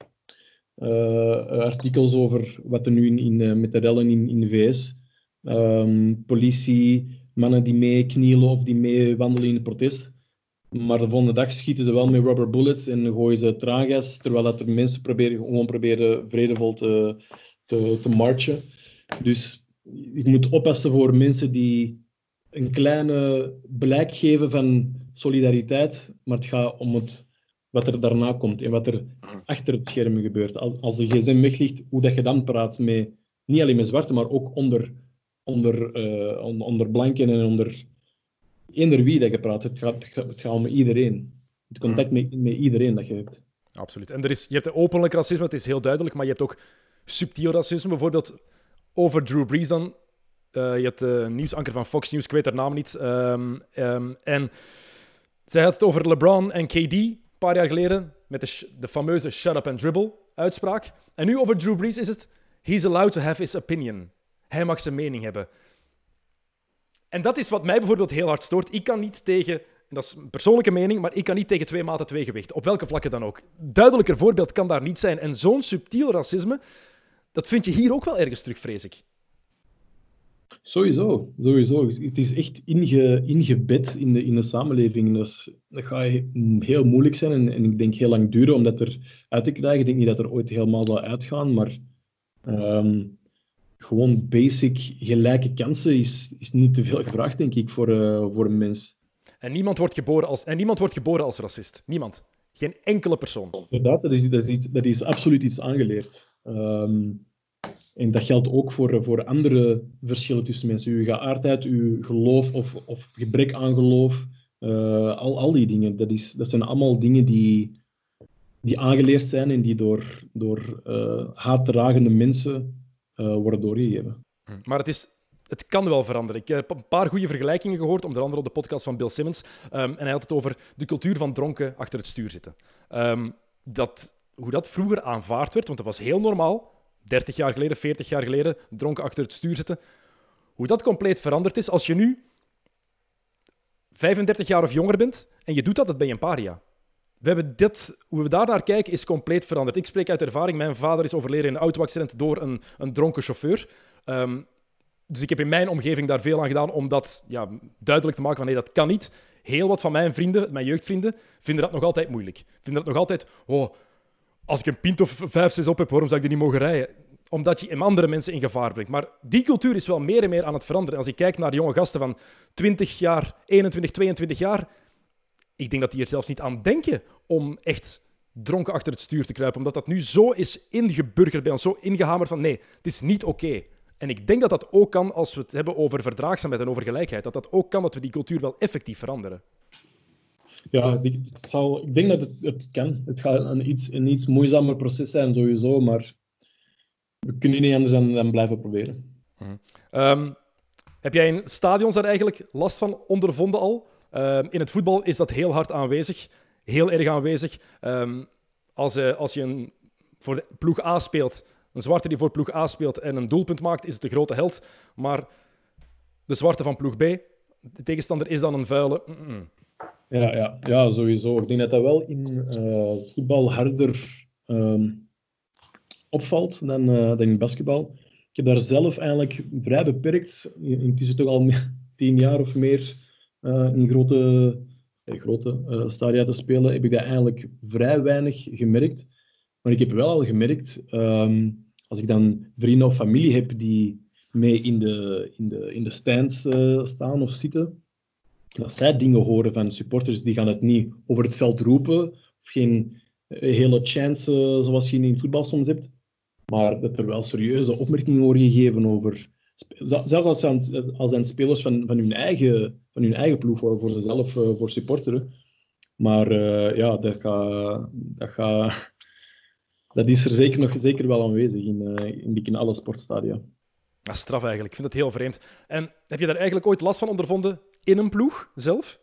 uh, artikels over wat er nu in, in, uh, met de rellen in, in de V S. Um, politie, mannen die mee knielen of die mee wandelen in het protest. Maar de volgende dag schieten ze wel met rubber bullets en gooien ze traangas, terwijl dat er mensen proberen, gewoon proberen vredevol te, te, te marchen. Dus je moet oppassen voor mensen die een kleine blijk geven van solidariteit, maar het gaat om het, wat er daarna komt en wat er achter het scherm gebeurt. Als, als de gsm weg ligt, hoe dat je dan praat met, niet alleen met zwarte, maar ook onder, onder, uh, onder blanken en onder eender wie dat je praat. Het gaat, het gaat om iedereen. Het contact met, met iedereen dat je hebt. Absoluut. En er is, je hebt openlijk racisme, het is heel duidelijk, maar je hebt ook subtiel racisme. Bijvoorbeeld over Drew Brees dan. Uh, je hebt de nieuwsanker van Fox News, ik weet haar naam niet. Um, um, en zij had het over LeBron en K D een paar jaar geleden, met de, sh- de fameuze shut up and dribble uitspraak. En nu over Drew Brees is het, he's allowed to have his opinion. Hij mag zijn mening hebben. En dat is wat mij bijvoorbeeld heel hard stoort. Ik kan niet tegen, en dat is een persoonlijke mening, maar ik kan niet tegen twee maten twee gewicht. Op welke vlakken dan ook. Duidelijker voorbeeld kan daar niet zijn. En zo'n subtiel racisme, dat vind je hier ook wel ergens terug, vrees ik. Sowieso, sowieso. Het is echt inge, ingebed in de, in de samenleving. Dus dat gaat heel moeilijk zijn en, en ik denk heel lang duren om dat eruit te krijgen. Ik denk niet dat er ooit helemaal zal uitgaan, maar um, gewoon basic gelijke kansen is, is niet te veel gevraagd, denk ik, voor, uh, voor een mens. En niemand wordt geboren als, en niemand wordt geboren als racist. Niemand. Geen enkele persoon. Inderdaad, dat is, dat is, iets, dat is absoluut iets aangeleerd. Um, En dat geldt ook voor, voor andere verschillen tussen mensen. Uw geaardheid, uw geloof of, of gebrek aan geloof. Uh, al, al die dingen. Dat, is, dat zijn allemaal dingen die, die aangeleerd zijn en die door, door uh, haatdragende mensen uh, worden doorgegeven. Maar het, is, het kan wel veranderen. Ik heb een paar goede vergelijkingen gehoord, onder andere op de podcast van Bill Simmons. Um, en hij had het over de cultuur van dronken achter het stuur zitten. Um, dat, hoe dat vroeger aanvaard werd, want dat was heel normaal. dertig jaar geleden, veertig jaar geleden, dronken achter het stuur zitten. Hoe dat compleet veranderd is, als je nu vijfendertig jaar of jonger bent en je doet dat, dat ben je een paria. We hebben dit, hoe we daar naar kijken, is compleet veranderd. Ik spreek uit ervaring. Mijn vader is overleden in een auto-accident door een, een dronken chauffeur. Um, dus ik heb in mijn omgeving daar veel aan gedaan om dat ja, duidelijk te maken van nee, dat kan niet. Heel wat van mijn vrienden, mijn jeugdvrienden, vinden dat nog altijd moeilijk. Vinden dat nog altijd... Oh, als ik een pint of vijf, zes op heb, waarom zou ik er niet mogen rijden? Omdat je andere mensen in gevaar brengt. Maar die cultuur is wel meer en meer aan het veranderen. Als ik kijk naar jonge gasten van twintig jaar, eenentwintig, tweeëntwintig jaar, ik denk dat die er zelfs niet aan denken om echt dronken achter het stuur te kruipen. Omdat dat nu zo is ingeburgerd bij ons, zo ingehamerd van nee, het is niet oké. Okay. En ik denk dat dat ook kan als we het hebben over verdraagzaamheid en over gelijkheid. Dat dat ook kan dat we die cultuur wel effectief veranderen. Ja, het zal, ik denk dat het, het kan. Het gaat een iets, een iets moeizamer proces zijn sowieso, maar we kunnen niet anders dan, dan blijven proberen. Mm. Um, heb jij in stadions daar eigenlijk last van ondervonden al? Um, in het voetbal is dat heel hard aanwezig, heel erg aanwezig. Um, als, uh, als je een, voor de ploeg A speelt, een zwarte die voor ploeg A speelt en een doelpunt maakt, is het de grote held. Maar de zwarte van ploeg B, de tegenstander, is dan een vuile... Mm-mm. Ja, ja, ja, sowieso. Ik denk dat dat wel in uh, voetbal harder um, opvalt dan, uh, dan in basketbal. Ik heb daar zelf eigenlijk vrij beperkt, intussen toch al tien jaar of meer, uh, in grote, eh, grote uh, stadia te spelen, heb ik dat eigenlijk vrij weinig gemerkt. Maar ik heb wel al gemerkt, um, als ik dan vrienden of familie heb die mee in de, in de, in de stands uh, staan of zitten, dat zij dingen horen van supporters, die gaan het niet over het veld roepen, of geen hele chants uh, zoals je in het voetbal soms hebt, maar dat er wel serieuze opmerkingen worden gegeven over, zelfs als zijn, als zijn spelers van, van, hun eigen, van hun eigen ploeg worden, voor zichzelf, uh, voor supporteren. Maar uh, ja, dat, gaat, dat, gaat, dat is er zeker, nog, zeker wel aanwezig in, uh, in, in alle sportstadia. Ja, straf eigenlijk. Ik vind het heel vreemd. En heb je daar eigenlijk ooit last van ondervonden in een ploeg zelf?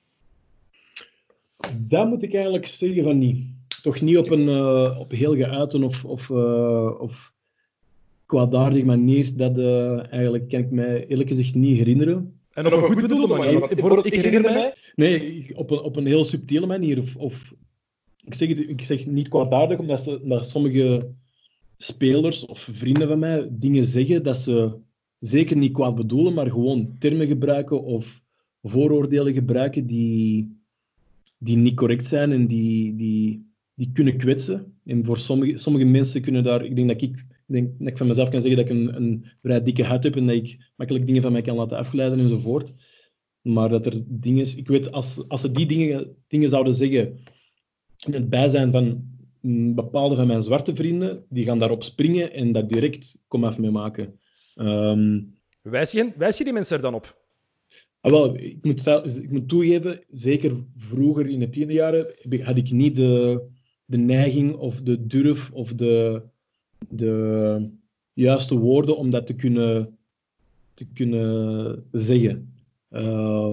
Dat moet ik eigenlijk zeggen van niet. Toch niet op een, uh, op een heel geuite of, of, uh, of kwaadaardige manier. Dat uh, eigenlijk kan ik mij eerlijk gezegd niet herinneren. En op een goed bedoelde manier. Want bijvoorbeeld, ik herinner mij... Nee, op een, op een heel subtiele manier. Of, of, ik, zeg het, ik zeg niet kwaadaardig, omdat, ze, omdat sommige spelers of vrienden van mij dingen zeggen dat ze zeker niet kwaad bedoelen, maar gewoon termen gebruiken of vooroordelen gebruiken die, die niet correct zijn en die, die, die kunnen kwetsen. En voor sommige, sommige mensen kunnen daar... Ik denk dat ik, ik, denk dat ik van mezelf kan zeggen dat ik een, een vrij dikke huid heb en dat ik makkelijk dingen van mij kan laten afglijden enzovoort. Maar dat er dingen... Ik weet, als, als ze die dingen, dingen zouden zeggen in het bijzijn van bepaalde van mijn zwarte vrienden, die gaan daarop springen en dat direct komaf mee maken. Um, wijs, je, wijs je die mensen er dan op? Ah, wel, ik, moet zelf, ik moet toegeven, zeker vroeger in de tienerjaren had ik niet de, de neiging of de durf of de, de juiste woorden om dat te kunnen, te kunnen zeggen. Uh,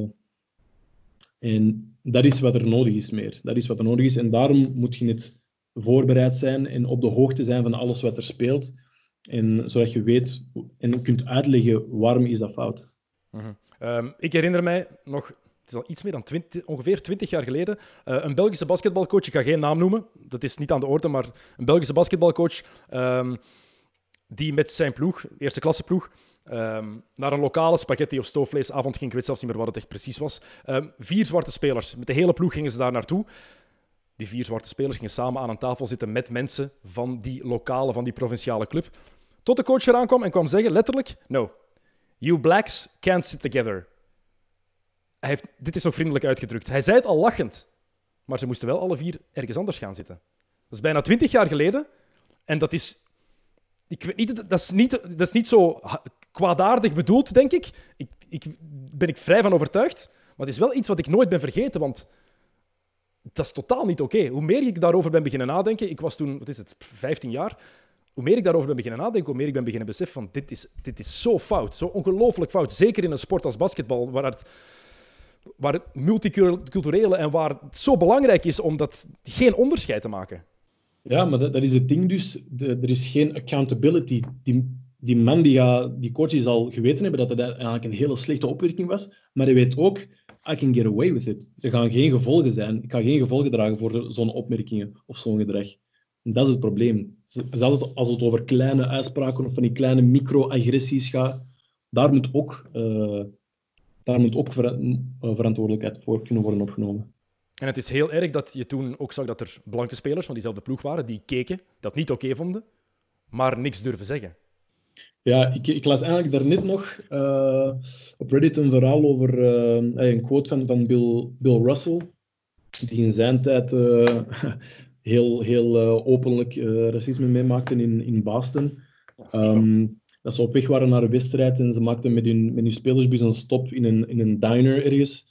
en dat is wat er nodig is meer. Dat is wat er nodig is. En daarom moet je net voorbereid zijn en op de hoogte zijn van alles wat er speelt. En zodat je weet en kunt uitleggen waarom is dat fout. Mm-hmm. Um, ik herinner mij nog, het is al iets meer dan twintig, ongeveer twintig jaar geleden, uh, een Belgische basketbalcoach, ik ga geen naam noemen, dat is niet aan de orde, maar een Belgische basketbalcoach um, die met zijn ploeg, eerste klasse ploeg, um, naar een lokale spaghetti- of stoofvleesavond ging, ik weet zelfs niet meer wat het echt precies was. Um, vier zwarte spelers, met de hele ploeg gingen ze daar naartoe. Die vier zwarte spelers gingen samen aan een tafel zitten met mensen van die lokale, van die provinciale club. Tot de coach eraan kwam en kwam zeggen, letterlijk, no, you blacks can't sit together. Hij heeft, dit is nog vriendelijk uitgedrukt. Hij zei het al lachend, maar ze moesten wel alle vier ergens anders gaan zitten. Dat is bijna twintig jaar geleden en dat is... Ik weet niet, dat is niet, dat is niet zo kwaadaardig bedoeld, denk ik. Ik, ik. Ben ik vrij van overtuigd. Maar het is wel iets wat ik nooit ben vergeten, want dat is totaal niet oké. Okay. Hoe meer ik daarover ben beginnen nadenken... Ik was toen, wat is het, vijftien jaar... Hoe meer ik daarover ben beginnen nadenken, hoe meer ik ben beginnen beseffen van dit is, dit is zo fout, zo ongelooflijk fout. Zeker in een sport als basketbal, waar het, waar het multiculturele en waar het zo belangrijk is om dat geen onderscheid te maken. Ja, maar dat, dat is het ding dus. De, er is geen accountability. Die, die man, die, ga, die coach, die zal geweten hebben dat het eigenlijk een hele slechte opwerking was, maar hij weet ook, I can get away with it. Er gaan geen gevolgen zijn. Ik ga geen gevolgen dragen voor zo'n opmerkingen of zo'n gedrag. En dat is het probleem. Zelfs als het over kleine uitspraken of van die kleine micro-agressies gaat, daar moet ook, uh, daar moet ook ver- verantwoordelijkheid voor kunnen worden opgenomen. En het is heel erg dat je toen ook zag dat er blanke spelers van diezelfde ploeg waren, die keken, dat niet oké vonden, maar niks durven zeggen. Ja, ik, ik las eigenlijk daarnet nog uh, op Reddit een verhaal over uh, een quote van, van Bill, Bill Russell, die in zijn tijd... Uh, heel, heel uh, openlijk uh, racisme meemaakten in, in Boston. Um, dat ze op weg waren naar een wedstrijd en ze maakten met hun, met hun spelersbus een stop in een, in een diner ergens.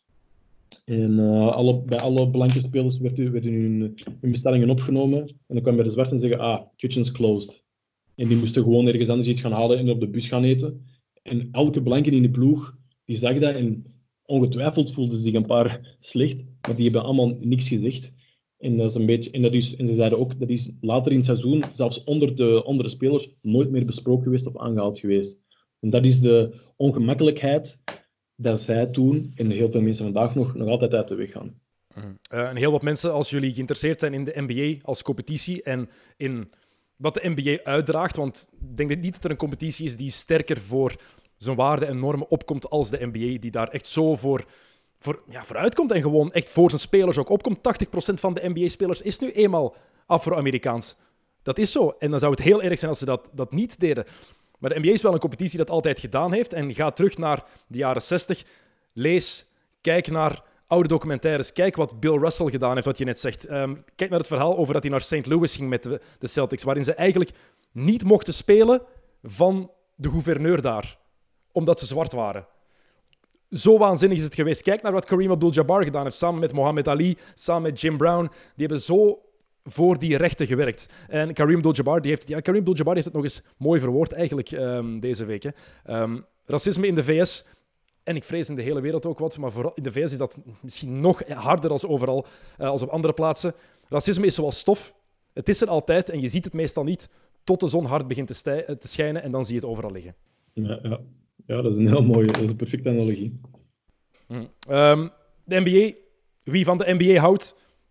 En uh, alle, bij alle blanke spelers werden, werden hun, hun bestellingen opgenomen. En dan kwam bij de zwarte en zeggen, ah, kitchen's closed. En die moesten gewoon ergens anders iets gaan halen en op de bus gaan eten. En elke blanke in de ploeg, die zag dat en ongetwijfeld voelden ze zich een paar slecht, maar die hebben allemaal niks gezegd. En, dat is een beetje, en, dat is, en ze zeiden ook, dat is later in het seizoen, zelfs onder de, onder de spelers, nooit meer besproken geweest of aangehaald geweest. En dat is de ongemakkelijkheid dat zij toen, en heel veel mensen vandaag nog, nog altijd uit de weg gaan. Uh, en heel wat mensen, als jullie geïnteresseerd zijn in de N B A als competitie en in wat de N B A uitdraagt, want ik denk niet dat er een competitie is die sterker voor zo'n waarden en normen opkomt als de N B A, die daar echt zo voor... Voor, ja, vooruitkomt en gewoon echt voor zijn spelers ook opkomt. tachtig procent van de N B A-spelers is nu eenmaal Afro-Amerikaans. Dat is zo. En dan zou het heel erg zijn als ze dat, dat niet deden. Maar de N B A is wel een competitie dat altijd gedaan heeft. En ga terug naar de jaren zestig. Lees, kijk naar oude documentaires. Kijk wat Bill Russell gedaan heeft, wat je net zegt. Um, kijk naar het verhaal over dat hij naar Saint Louis ging met de, de Celtics, waarin ze eigenlijk niet mochten spelen van de gouverneur daar. Omdat ze zwart waren. Zo waanzinnig is het geweest. Kijk naar wat Kareem Abdul-Jabbar gedaan heeft, samen met Mohammed Ali, samen met Jim Brown. Die hebben zo voor die rechten gewerkt. En Kareem Abdul-Jabbar, die heeft, ja, Kareem Abdul-Jabbar heeft het nog eens mooi verwoord eigenlijk um, deze week. Hè. Um, racisme in de V S, en ik vrees in de hele wereld ook wat, maar vooral in de V S is dat misschien nog harder als overal, uh, als op andere plaatsen. Racisme is zoals stof. Het is er altijd en je ziet het meestal niet tot de zon hard begint te, stij- te schijnen en dan zie je het overal liggen. Ja, ja. ja, dat is een heel mooie, dat is een perfecte analogie. Hmm. Um, de N B A, wie van de N B A houdt,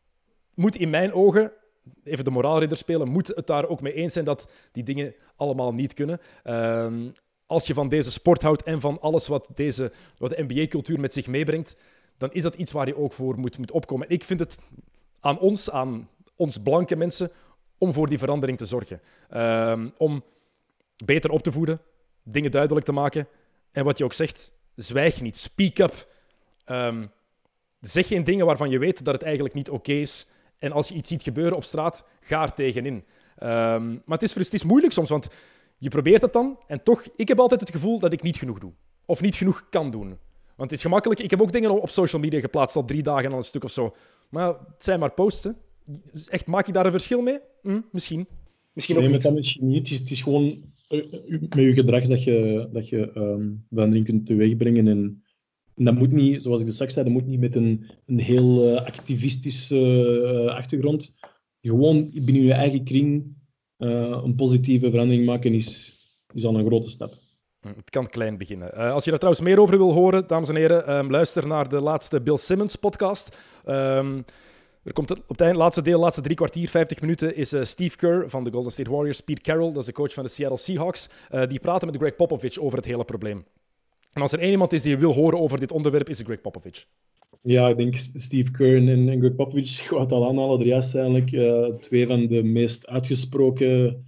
moet in mijn ogen, even de moraalridder spelen, moet het daar ook mee eens zijn dat die dingen allemaal niet kunnen. Um, als je van deze sport houdt en van alles wat, deze, wat de N B A-cultuur met zich meebrengt, dan is dat iets waar je ook voor moet, moet opkomen. Ik vind het aan ons, aan ons blanke mensen, om voor die verandering te zorgen. Um, om beter op te voeden, dingen duidelijk te maken. En wat je ook zegt, zwijg niet, speak up. Um, zeg geen dingen waarvan je weet dat het eigenlijk niet oké okay is. En als je iets ziet gebeuren op straat, ga er tegenin. Um, maar het is, het is moeilijk soms, want je probeert het dan en toch, ik heb altijd het gevoel dat ik niet genoeg doe. Of niet genoeg kan doen. Want het is gemakkelijk. Ik heb ook dingen op social media geplaatst, al drie dagen al een stuk of zo. Maar het zijn maar posts, hè. Echt, maak je daar een verschil mee? Hm, misschien. Misschien ook nee, niet. met dat misschien niet. Het is, het is gewoon uh, met je gedrag dat je, dat je um, verandering kunt teweegbrengen. En, en dat moet niet, zoals ik straks zei, dat moet niet met een, een heel uh, activistische uh, achtergrond. Gewoon binnen je eigen kring uh, een positieve verandering maken is, is al een grote stap. Het kan klein beginnen. Uh, als je daar trouwens meer over wil horen, dames en heren, um, luister naar de laatste Bill Simmons podcast. Um, er komt op het eind, laatste deel, laatste drie kwartier, vijftig minuten, is uh, Steve Kerr van de Golden State Warriors, Pete Carroll, dat is de coach van de Seattle Seahawks, uh, die praten met Greg Popovich over het hele probleem. En als er één iemand is die wil horen over dit onderwerp, is het Greg Popovich. Ja, ik denk Steve Kerr en, en Greg Popovich, ik wou het al aanhalen, er juist eigenlijk uh, twee van de meest uitgesproken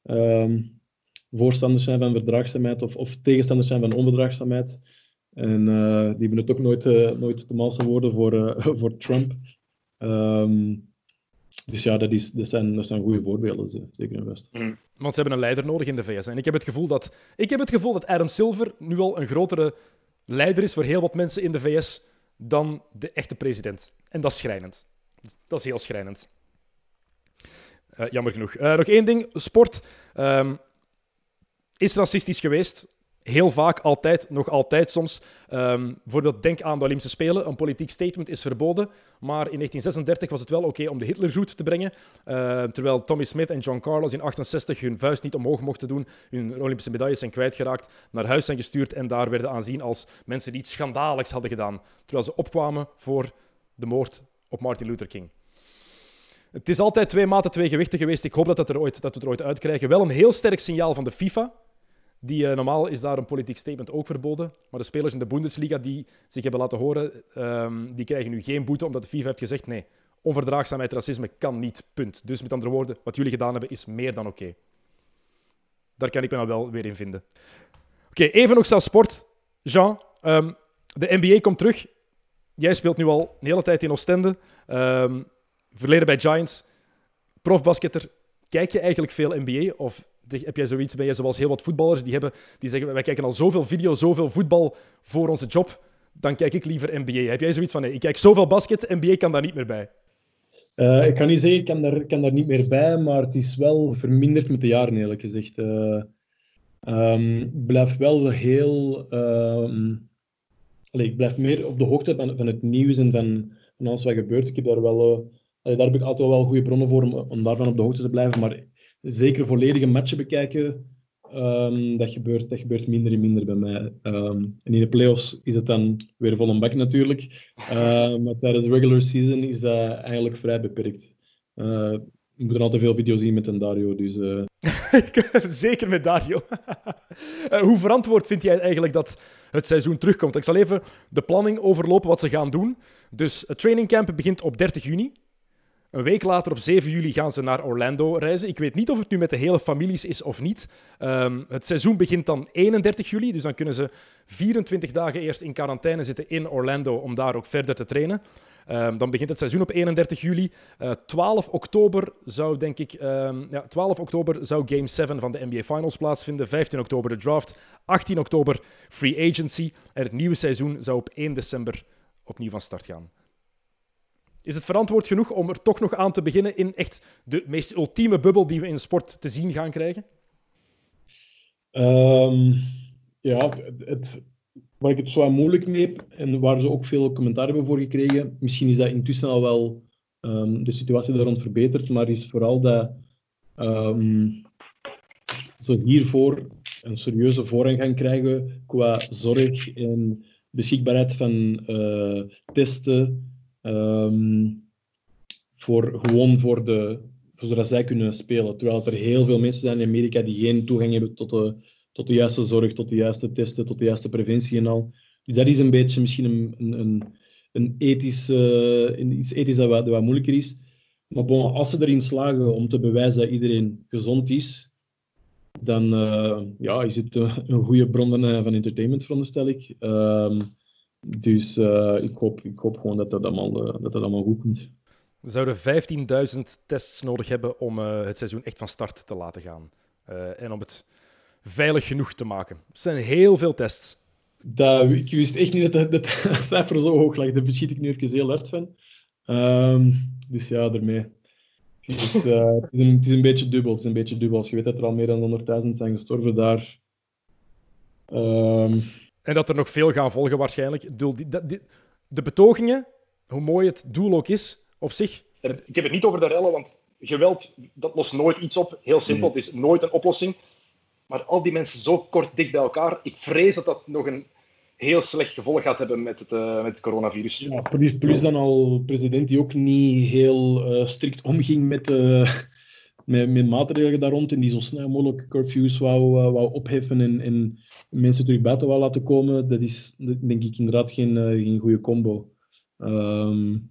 um, voorstanders zijn van verdraagzaamheid of, of tegenstanders zijn van onverdraagzaamheid. En uh, die hebben het ook nooit, uh, nooit te malse woorden voor, uh, voor Trump. Um, dus ja, dat, is, dat, zijn, dat zijn goede voorbeelden, zeker en vast. Mm. Want ze hebben een leider nodig in de V S. En ik heb het gevoel dat, ik heb het gevoel dat Adam Silver nu al een grotere leider is voor heel wat mensen in de V S dan de echte president. En dat is schrijnend. Dat is heel schrijnend. Uh, jammer genoeg. Uh, nog één ding. Sport um, is racistisch geweest. Heel vaak, altijd, nog altijd soms. Um, bijvoorbeeld, denk aan de Olympische Spelen. Een politiek statement is verboden. Maar in negentien zesendertig was het wel oké okay om de Hitlergroet te brengen. Uh, terwijl Tommy Smith en John Carlos in achtenzestig hun vuist niet omhoog mochten doen. Hun Olympische medailles zijn kwijtgeraakt. Naar huis zijn gestuurd en daar werden aanzien als mensen die iets schandaligs hadden gedaan. Terwijl ze opkwamen voor de moord op Martin Luther King. Het is altijd twee maten, twee gewichten geweest. Ik hoop dat, het er ooit, dat we het er ooit uitkrijgen. Wel een heel sterk signaal van de FIFA. Die, uh, normaal is daar een politiek statement ook verboden. Maar de spelers in de Bundesliga die zich hebben laten horen, um, die krijgen nu geen boete, omdat de FIFA heeft gezegd, nee, onverdraagzaamheid, racisme kan niet, punt. Dus met andere woorden, wat jullie gedaan hebben, is meer dan oké. Okay. Daar kan ik me nou wel weer in vinden. Oké, okay, even nog zelfs sport. Jean, um, de N B A komt terug. Jij speelt nu al een hele tijd in Oostende. Um, verleden bij Giants. Profbasketter. Kijk je eigenlijk veel N B A? Of heb jij zoiets, ben je zoals heel wat voetballers die, hebben, die zeggen, wij kijken al zoveel video, zoveel voetbal voor onze job, dan kijk ik liever N B A. Heb jij zoiets van, nee, ik kijk zoveel basket, N B A kan daar niet meer bij? Uh, ik kan niet zeggen, ik kan daar, kan daar niet meer bij, maar het is wel verminderd met de jaren, eerlijk gezegd. Uh, um, ik blijf wel heel... Uh, allez, ik blijf meer op de hoogte van, van het nieuws en van, van alles wat gebeurt. Ik heb daar wel... Uh, allez, daar heb ik altijd wel goede bronnen voor om, om daarvan op de hoogte te blijven, maar zeker volledige matchen bekijken, um, dat, gebeurt, dat gebeurt minder en minder bij mij. Um, en in de playoffs is het dan weer vol een bak natuurlijk. Uh, maar tijdens de regular season is dat eigenlijk vrij beperkt. Uh, ik moet er altijd veel video's zien met een Dario. Dus, uh... Zeker met Dario. uh, hoe verantwoord vind jij eigenlijk dat het seizoen terugkomt? Ik zal even de planning overlopen wat ze gaan doen. Dus het trainingcamp begint op dertig juni. Een week later, op zeven juli, gaan ze naar Orlando reizen. Ik weet niet of het nu met de hele families is of niet. Um, het seizoen begint dan eenendertig juli, dus dan kunnen ze vierentwintig dagen eerst in quarantaine zitten in Orlando om daar ook verder te trainen. Um, dan begint het seizoen op eenendertig juli. Uh, twaalf oktober zou, denk ik... Um, ja, twaalf oktober zou Game zeven van de N B A Finals plaatsvinden. vijftien oktober de draft. achttien oktober free agency. En het nieuwe seizoen zou op één december opnieuw van start gaan. Is het verantwoord genoeg om er toch nog aan te beginnen in echt de meest ultieme bubbel die we in sport te zien gaan krijgen? Um, ja, het, waar ik het zo moeilijk mee heb en waar ze ook veel commentaar hebben voor gekregen, misschien is dat intussen al wel um, de situatie daar rond verbeterd, maar is vooral dat um, ze hiervoor een serieuze voorrang gaan krijgen qua zorg en beschikbaarheid van uh, testen, um, voor, gewoon voor de, zodat zij kunnen spelen. Terwijl er heel veel mensen zijn in Amerika die geen toegang hebben tot de, tot de juiste zorg, tot de juiste testen, tot de juiste preventie en al. Dus dat is een beetje misschien een, een, een ethisch, uh, iets ethisch dat wat, dat wat moeilijker is. Maar bon, als ze erin slagen om te bewijzen dat iedereen gezond is, dan uh, ja, is het uh, een goede bron van, uh, van entertainment, veronderstel ik. Uh, dus uh, ik, hoop, ik hoop gewoon dat dat allemaal, uh, dat dat allemaal goed komt. We zouden vijftienduizend tests nodig hebben om uh, het seizoen echt van start te laten gaan. Uh, en om het veilig genoeg te maken. Het zijn heel veel tests. Dat, ik wist echt niet dat dat cijfer zo hoog lag. Daar beschiet ik nu even heel hard van. Um, dus ja, daarmee. Het is, uh, het, is een, het is een beetje dubbel. Het is een beetje dubbel. Als je weet dat er al meer dan honderdduizend zijn gestorven daar. Um... En dat er nog veel gaan volgen waarschijnlijk. De betogingen, hoe mooi het doel ook is, op zich. Ik heb het niet over de rellen, want geweld, dat lost nooit iets op. Heel simpel, het is nooit een oplossing. Maar al die mensen zo kort dicht bij elkaar, ik vrees dat dat nog een heel slecht gevolg gaat hebben met het, uh, met het coronavirus. Ja, plus, plus dan al president die ook niet heel uh, strikt omging met, uh, met, met maatregelen daar rond en die zo snel mogelijk curfews wou, uh, wou opheffen en, en mensen terug buiten wou laten komen. Dat is denk ik inderdaad geen, uh, geen goede combo. Um,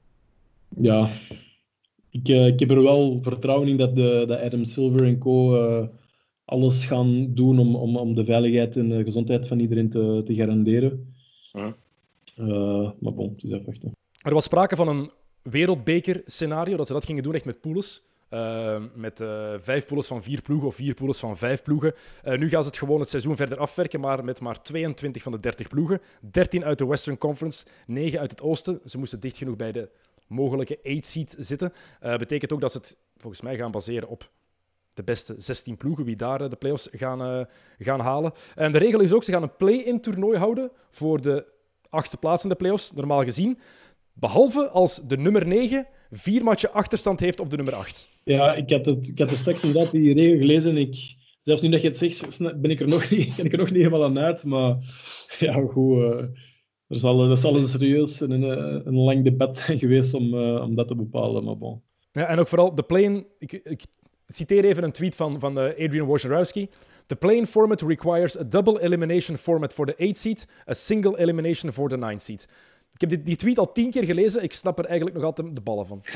ja, ik, uh, ik heb er wel vertrouwen in dat, de, dat Adam Silver en co. Uh, alles gaan doen om, om, om de veiligheid en de gezondheid van iedereen te, te garanderen. Ja. Uh, maar bon, het is afwachten. Er was sprake van een wereldbeker-scenario, dat ze dat gingen doen echt met poules. Uh, met uh, vijf poules van vier ploegen of vier poules van vijf ploegen. Uh, nu gaan ze het gewoon het seizoen verder afwerken, maar met maar tweeëntwintig van de dertig ploegen. dertien uit de Western Conference, negen uit het oosten. Ze moesten dicht genoeg bij de mogelijke eight seed zitten. Uh, betekent ook dat ze het volgens mij gaan baseren op de beste zestien ploegen, wie daar de play-offs gaan, uh, gaan halen. En de regel is ook, ze gaan een play-in toernooi houden voor de achtste plaats in de play-offs, normaal gezien. Behalve als de nummer negen vier matchen achterstand heeft op de nummer acht. Ja, ik had, het, ik had er straks inderdaad die regel gelezen en ik, zelfs nu dat je het zegt, ben ik er nog niet, ben ik er nog niet helemaal aan uit. Maar ja, goed, uh, er zal, er zal een serieus en een, een lang debat zijn geweest om, uh, om dat te bepalen. Maar bon. Ja, en ook vooral de play-in... Ik, ik citeer even een tweet van, van uh, Adrian Wojnarowski. The play-in format requires a double elimination format for the eight seed, a single elimination for the nine seed. Ik heb die, die tweet al tien keer gelezen. Ik snap er eigenlijk nog altijd de ballen van.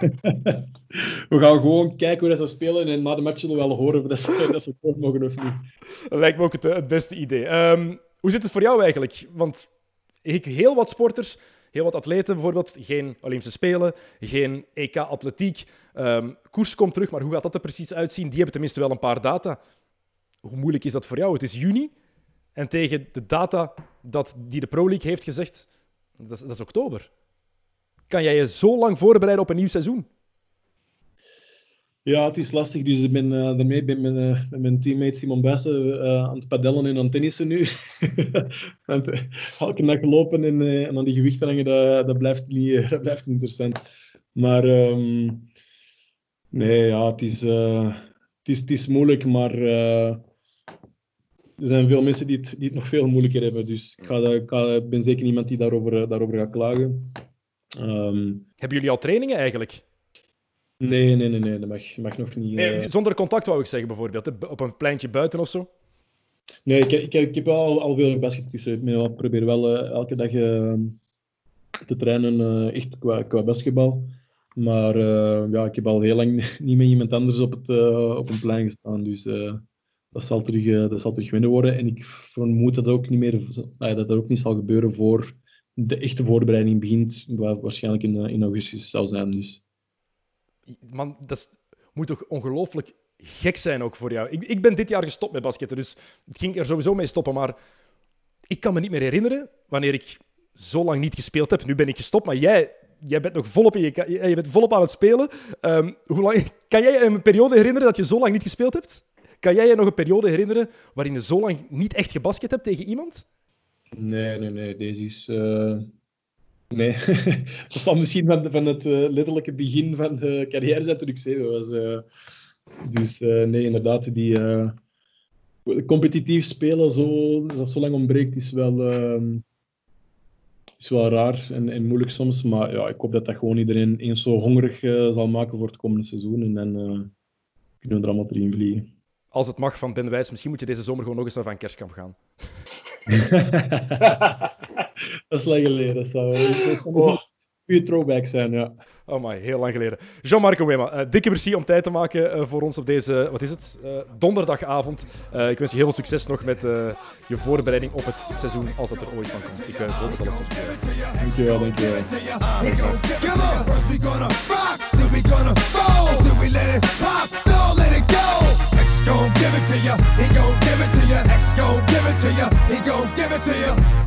We gaan gewoon kijken hoe dat ze spelen en na de match zullen we wel horen of ze, dat ze het mogen of niet. Dat lijkt me ook het, het beste idee. Um, hoe zit het voor jou eigenlijk? Want ik, heel wat sporters, heel wat atleten bijvoorbeeld, geen Olympische Spelen, geen E K atletiek. Um, koers komt terug, maar hoe gaat dat er precies uitzien? Die hebben tenminste wel een paar data. Hoe moeilijk is dat voor jou? Het is juni en tegen de data dat die de Pro League heeft gezegd, dat is, dat is oktober. Kan jij je zo lang voorbereiden op een nieuw seizoen? Ja, het is lastig. Dus ik ben uh, daarmee ben mijn, uh, met mijn teammate Simon Buijsen uh, aan het padellen en aan het tennissen nu. Want, uh, elke dag lopen en, uh, en aan die gewichten hangen, dat, dat, blijft niet, uh, dat blijft niet interessant. Maar um, nee, ja, het is, uh, het is, het is moeilijk, maar uh, er zijn veel mensen die het, die het nog veel moeilijker hebben. Dus ik, ga, ik ga, ben zeker niemand die daarover, daarover gaat klagen. Um, Hebben jullie al trainingen eigenlijk? Nee, nee, nee, nee, dat mag, mag nog niet. Uh... Nee, zonder contact wou ik zeggen, bijvoorbeeld. Op een pleintje buiten of zo? Nee, ik, ik, ik heb wel al veel basket gespeeld. Ik probeer wel uh, elke dag uh, te trainen, uh, echt qua, qua basketbal. Maar uh, ja, ik heb al heel lang niet met iemand anders op, het, uh, op een plein gestaan. Dus uh, dat, zal terug, uh, dat zal terug winnen worden. En ik vermoed dat dat ook niet meer, uh, dat dat ook niet zal gebeuren voor de echte voorbereiding begint, wat waarschijnlijk in, uh, in augustus zal zijn. Dus. Man, dat is, moet toch ongelooflijk gek zijn ook voor jou. Ik, ik ben dit jaar gestopt met basketten, dus het ging er sowieso mee stoppen. Maar ik kan me niet meer herinneren wanneer ik zo lang niet gespeeld heb. Nu ben ik gestopt, maar jij, jij bent nog volop, in je, je bent volop aan het spelen. Um, hoe lang, kan jij je een periode herinneren dat je zo lang niet gespeeld hebt? Kan jij je nog een periode herinneren waarin je zo lang niet echt gebasket hebt tegen iemand? Nee, nee, nee. Deze is... Uh... Nee. Dat zal misschien van, van het uh, letterlijke begin van de carrière zijn toen ik zeven was. Uh... Dus uh, nee, inderdaad, die... Uh... competitief spelen, zo, dat zo lang ontbreekt, is wel... Uh... is wel raar en, en moeilijk soms, maar ja, ik hoop dat dat gewoon iedereen eens zo hongerig uh, zal maken voor het komende seizoen. En dan uh, kunnen we er allemaal erin vliegen. Als het mag van Ben Wijs, misschien moet je deze zomer gewoon nog eens naar Van Kerskamp gaan. Dat is lang geleden. Dat zou, dat zou oh. een goede throwback zijn, ja. Oh my, heel lang geleden. Jean-Marc Ouema, uh, dikke merci om tijd te maken uh, voor ons op deze, wat is het, uh, donderdagavond. Uh, ik wens je heel veel succes nog met uh, je voorbereiding op het seizoen, als het er ooit van komt. Ik uh, hoop dat alles is goed. Dankjewel, dankjewel. Gon' give it to ya, he gon' give it to ya, X gon' give it to ya, he gon' give it to ya.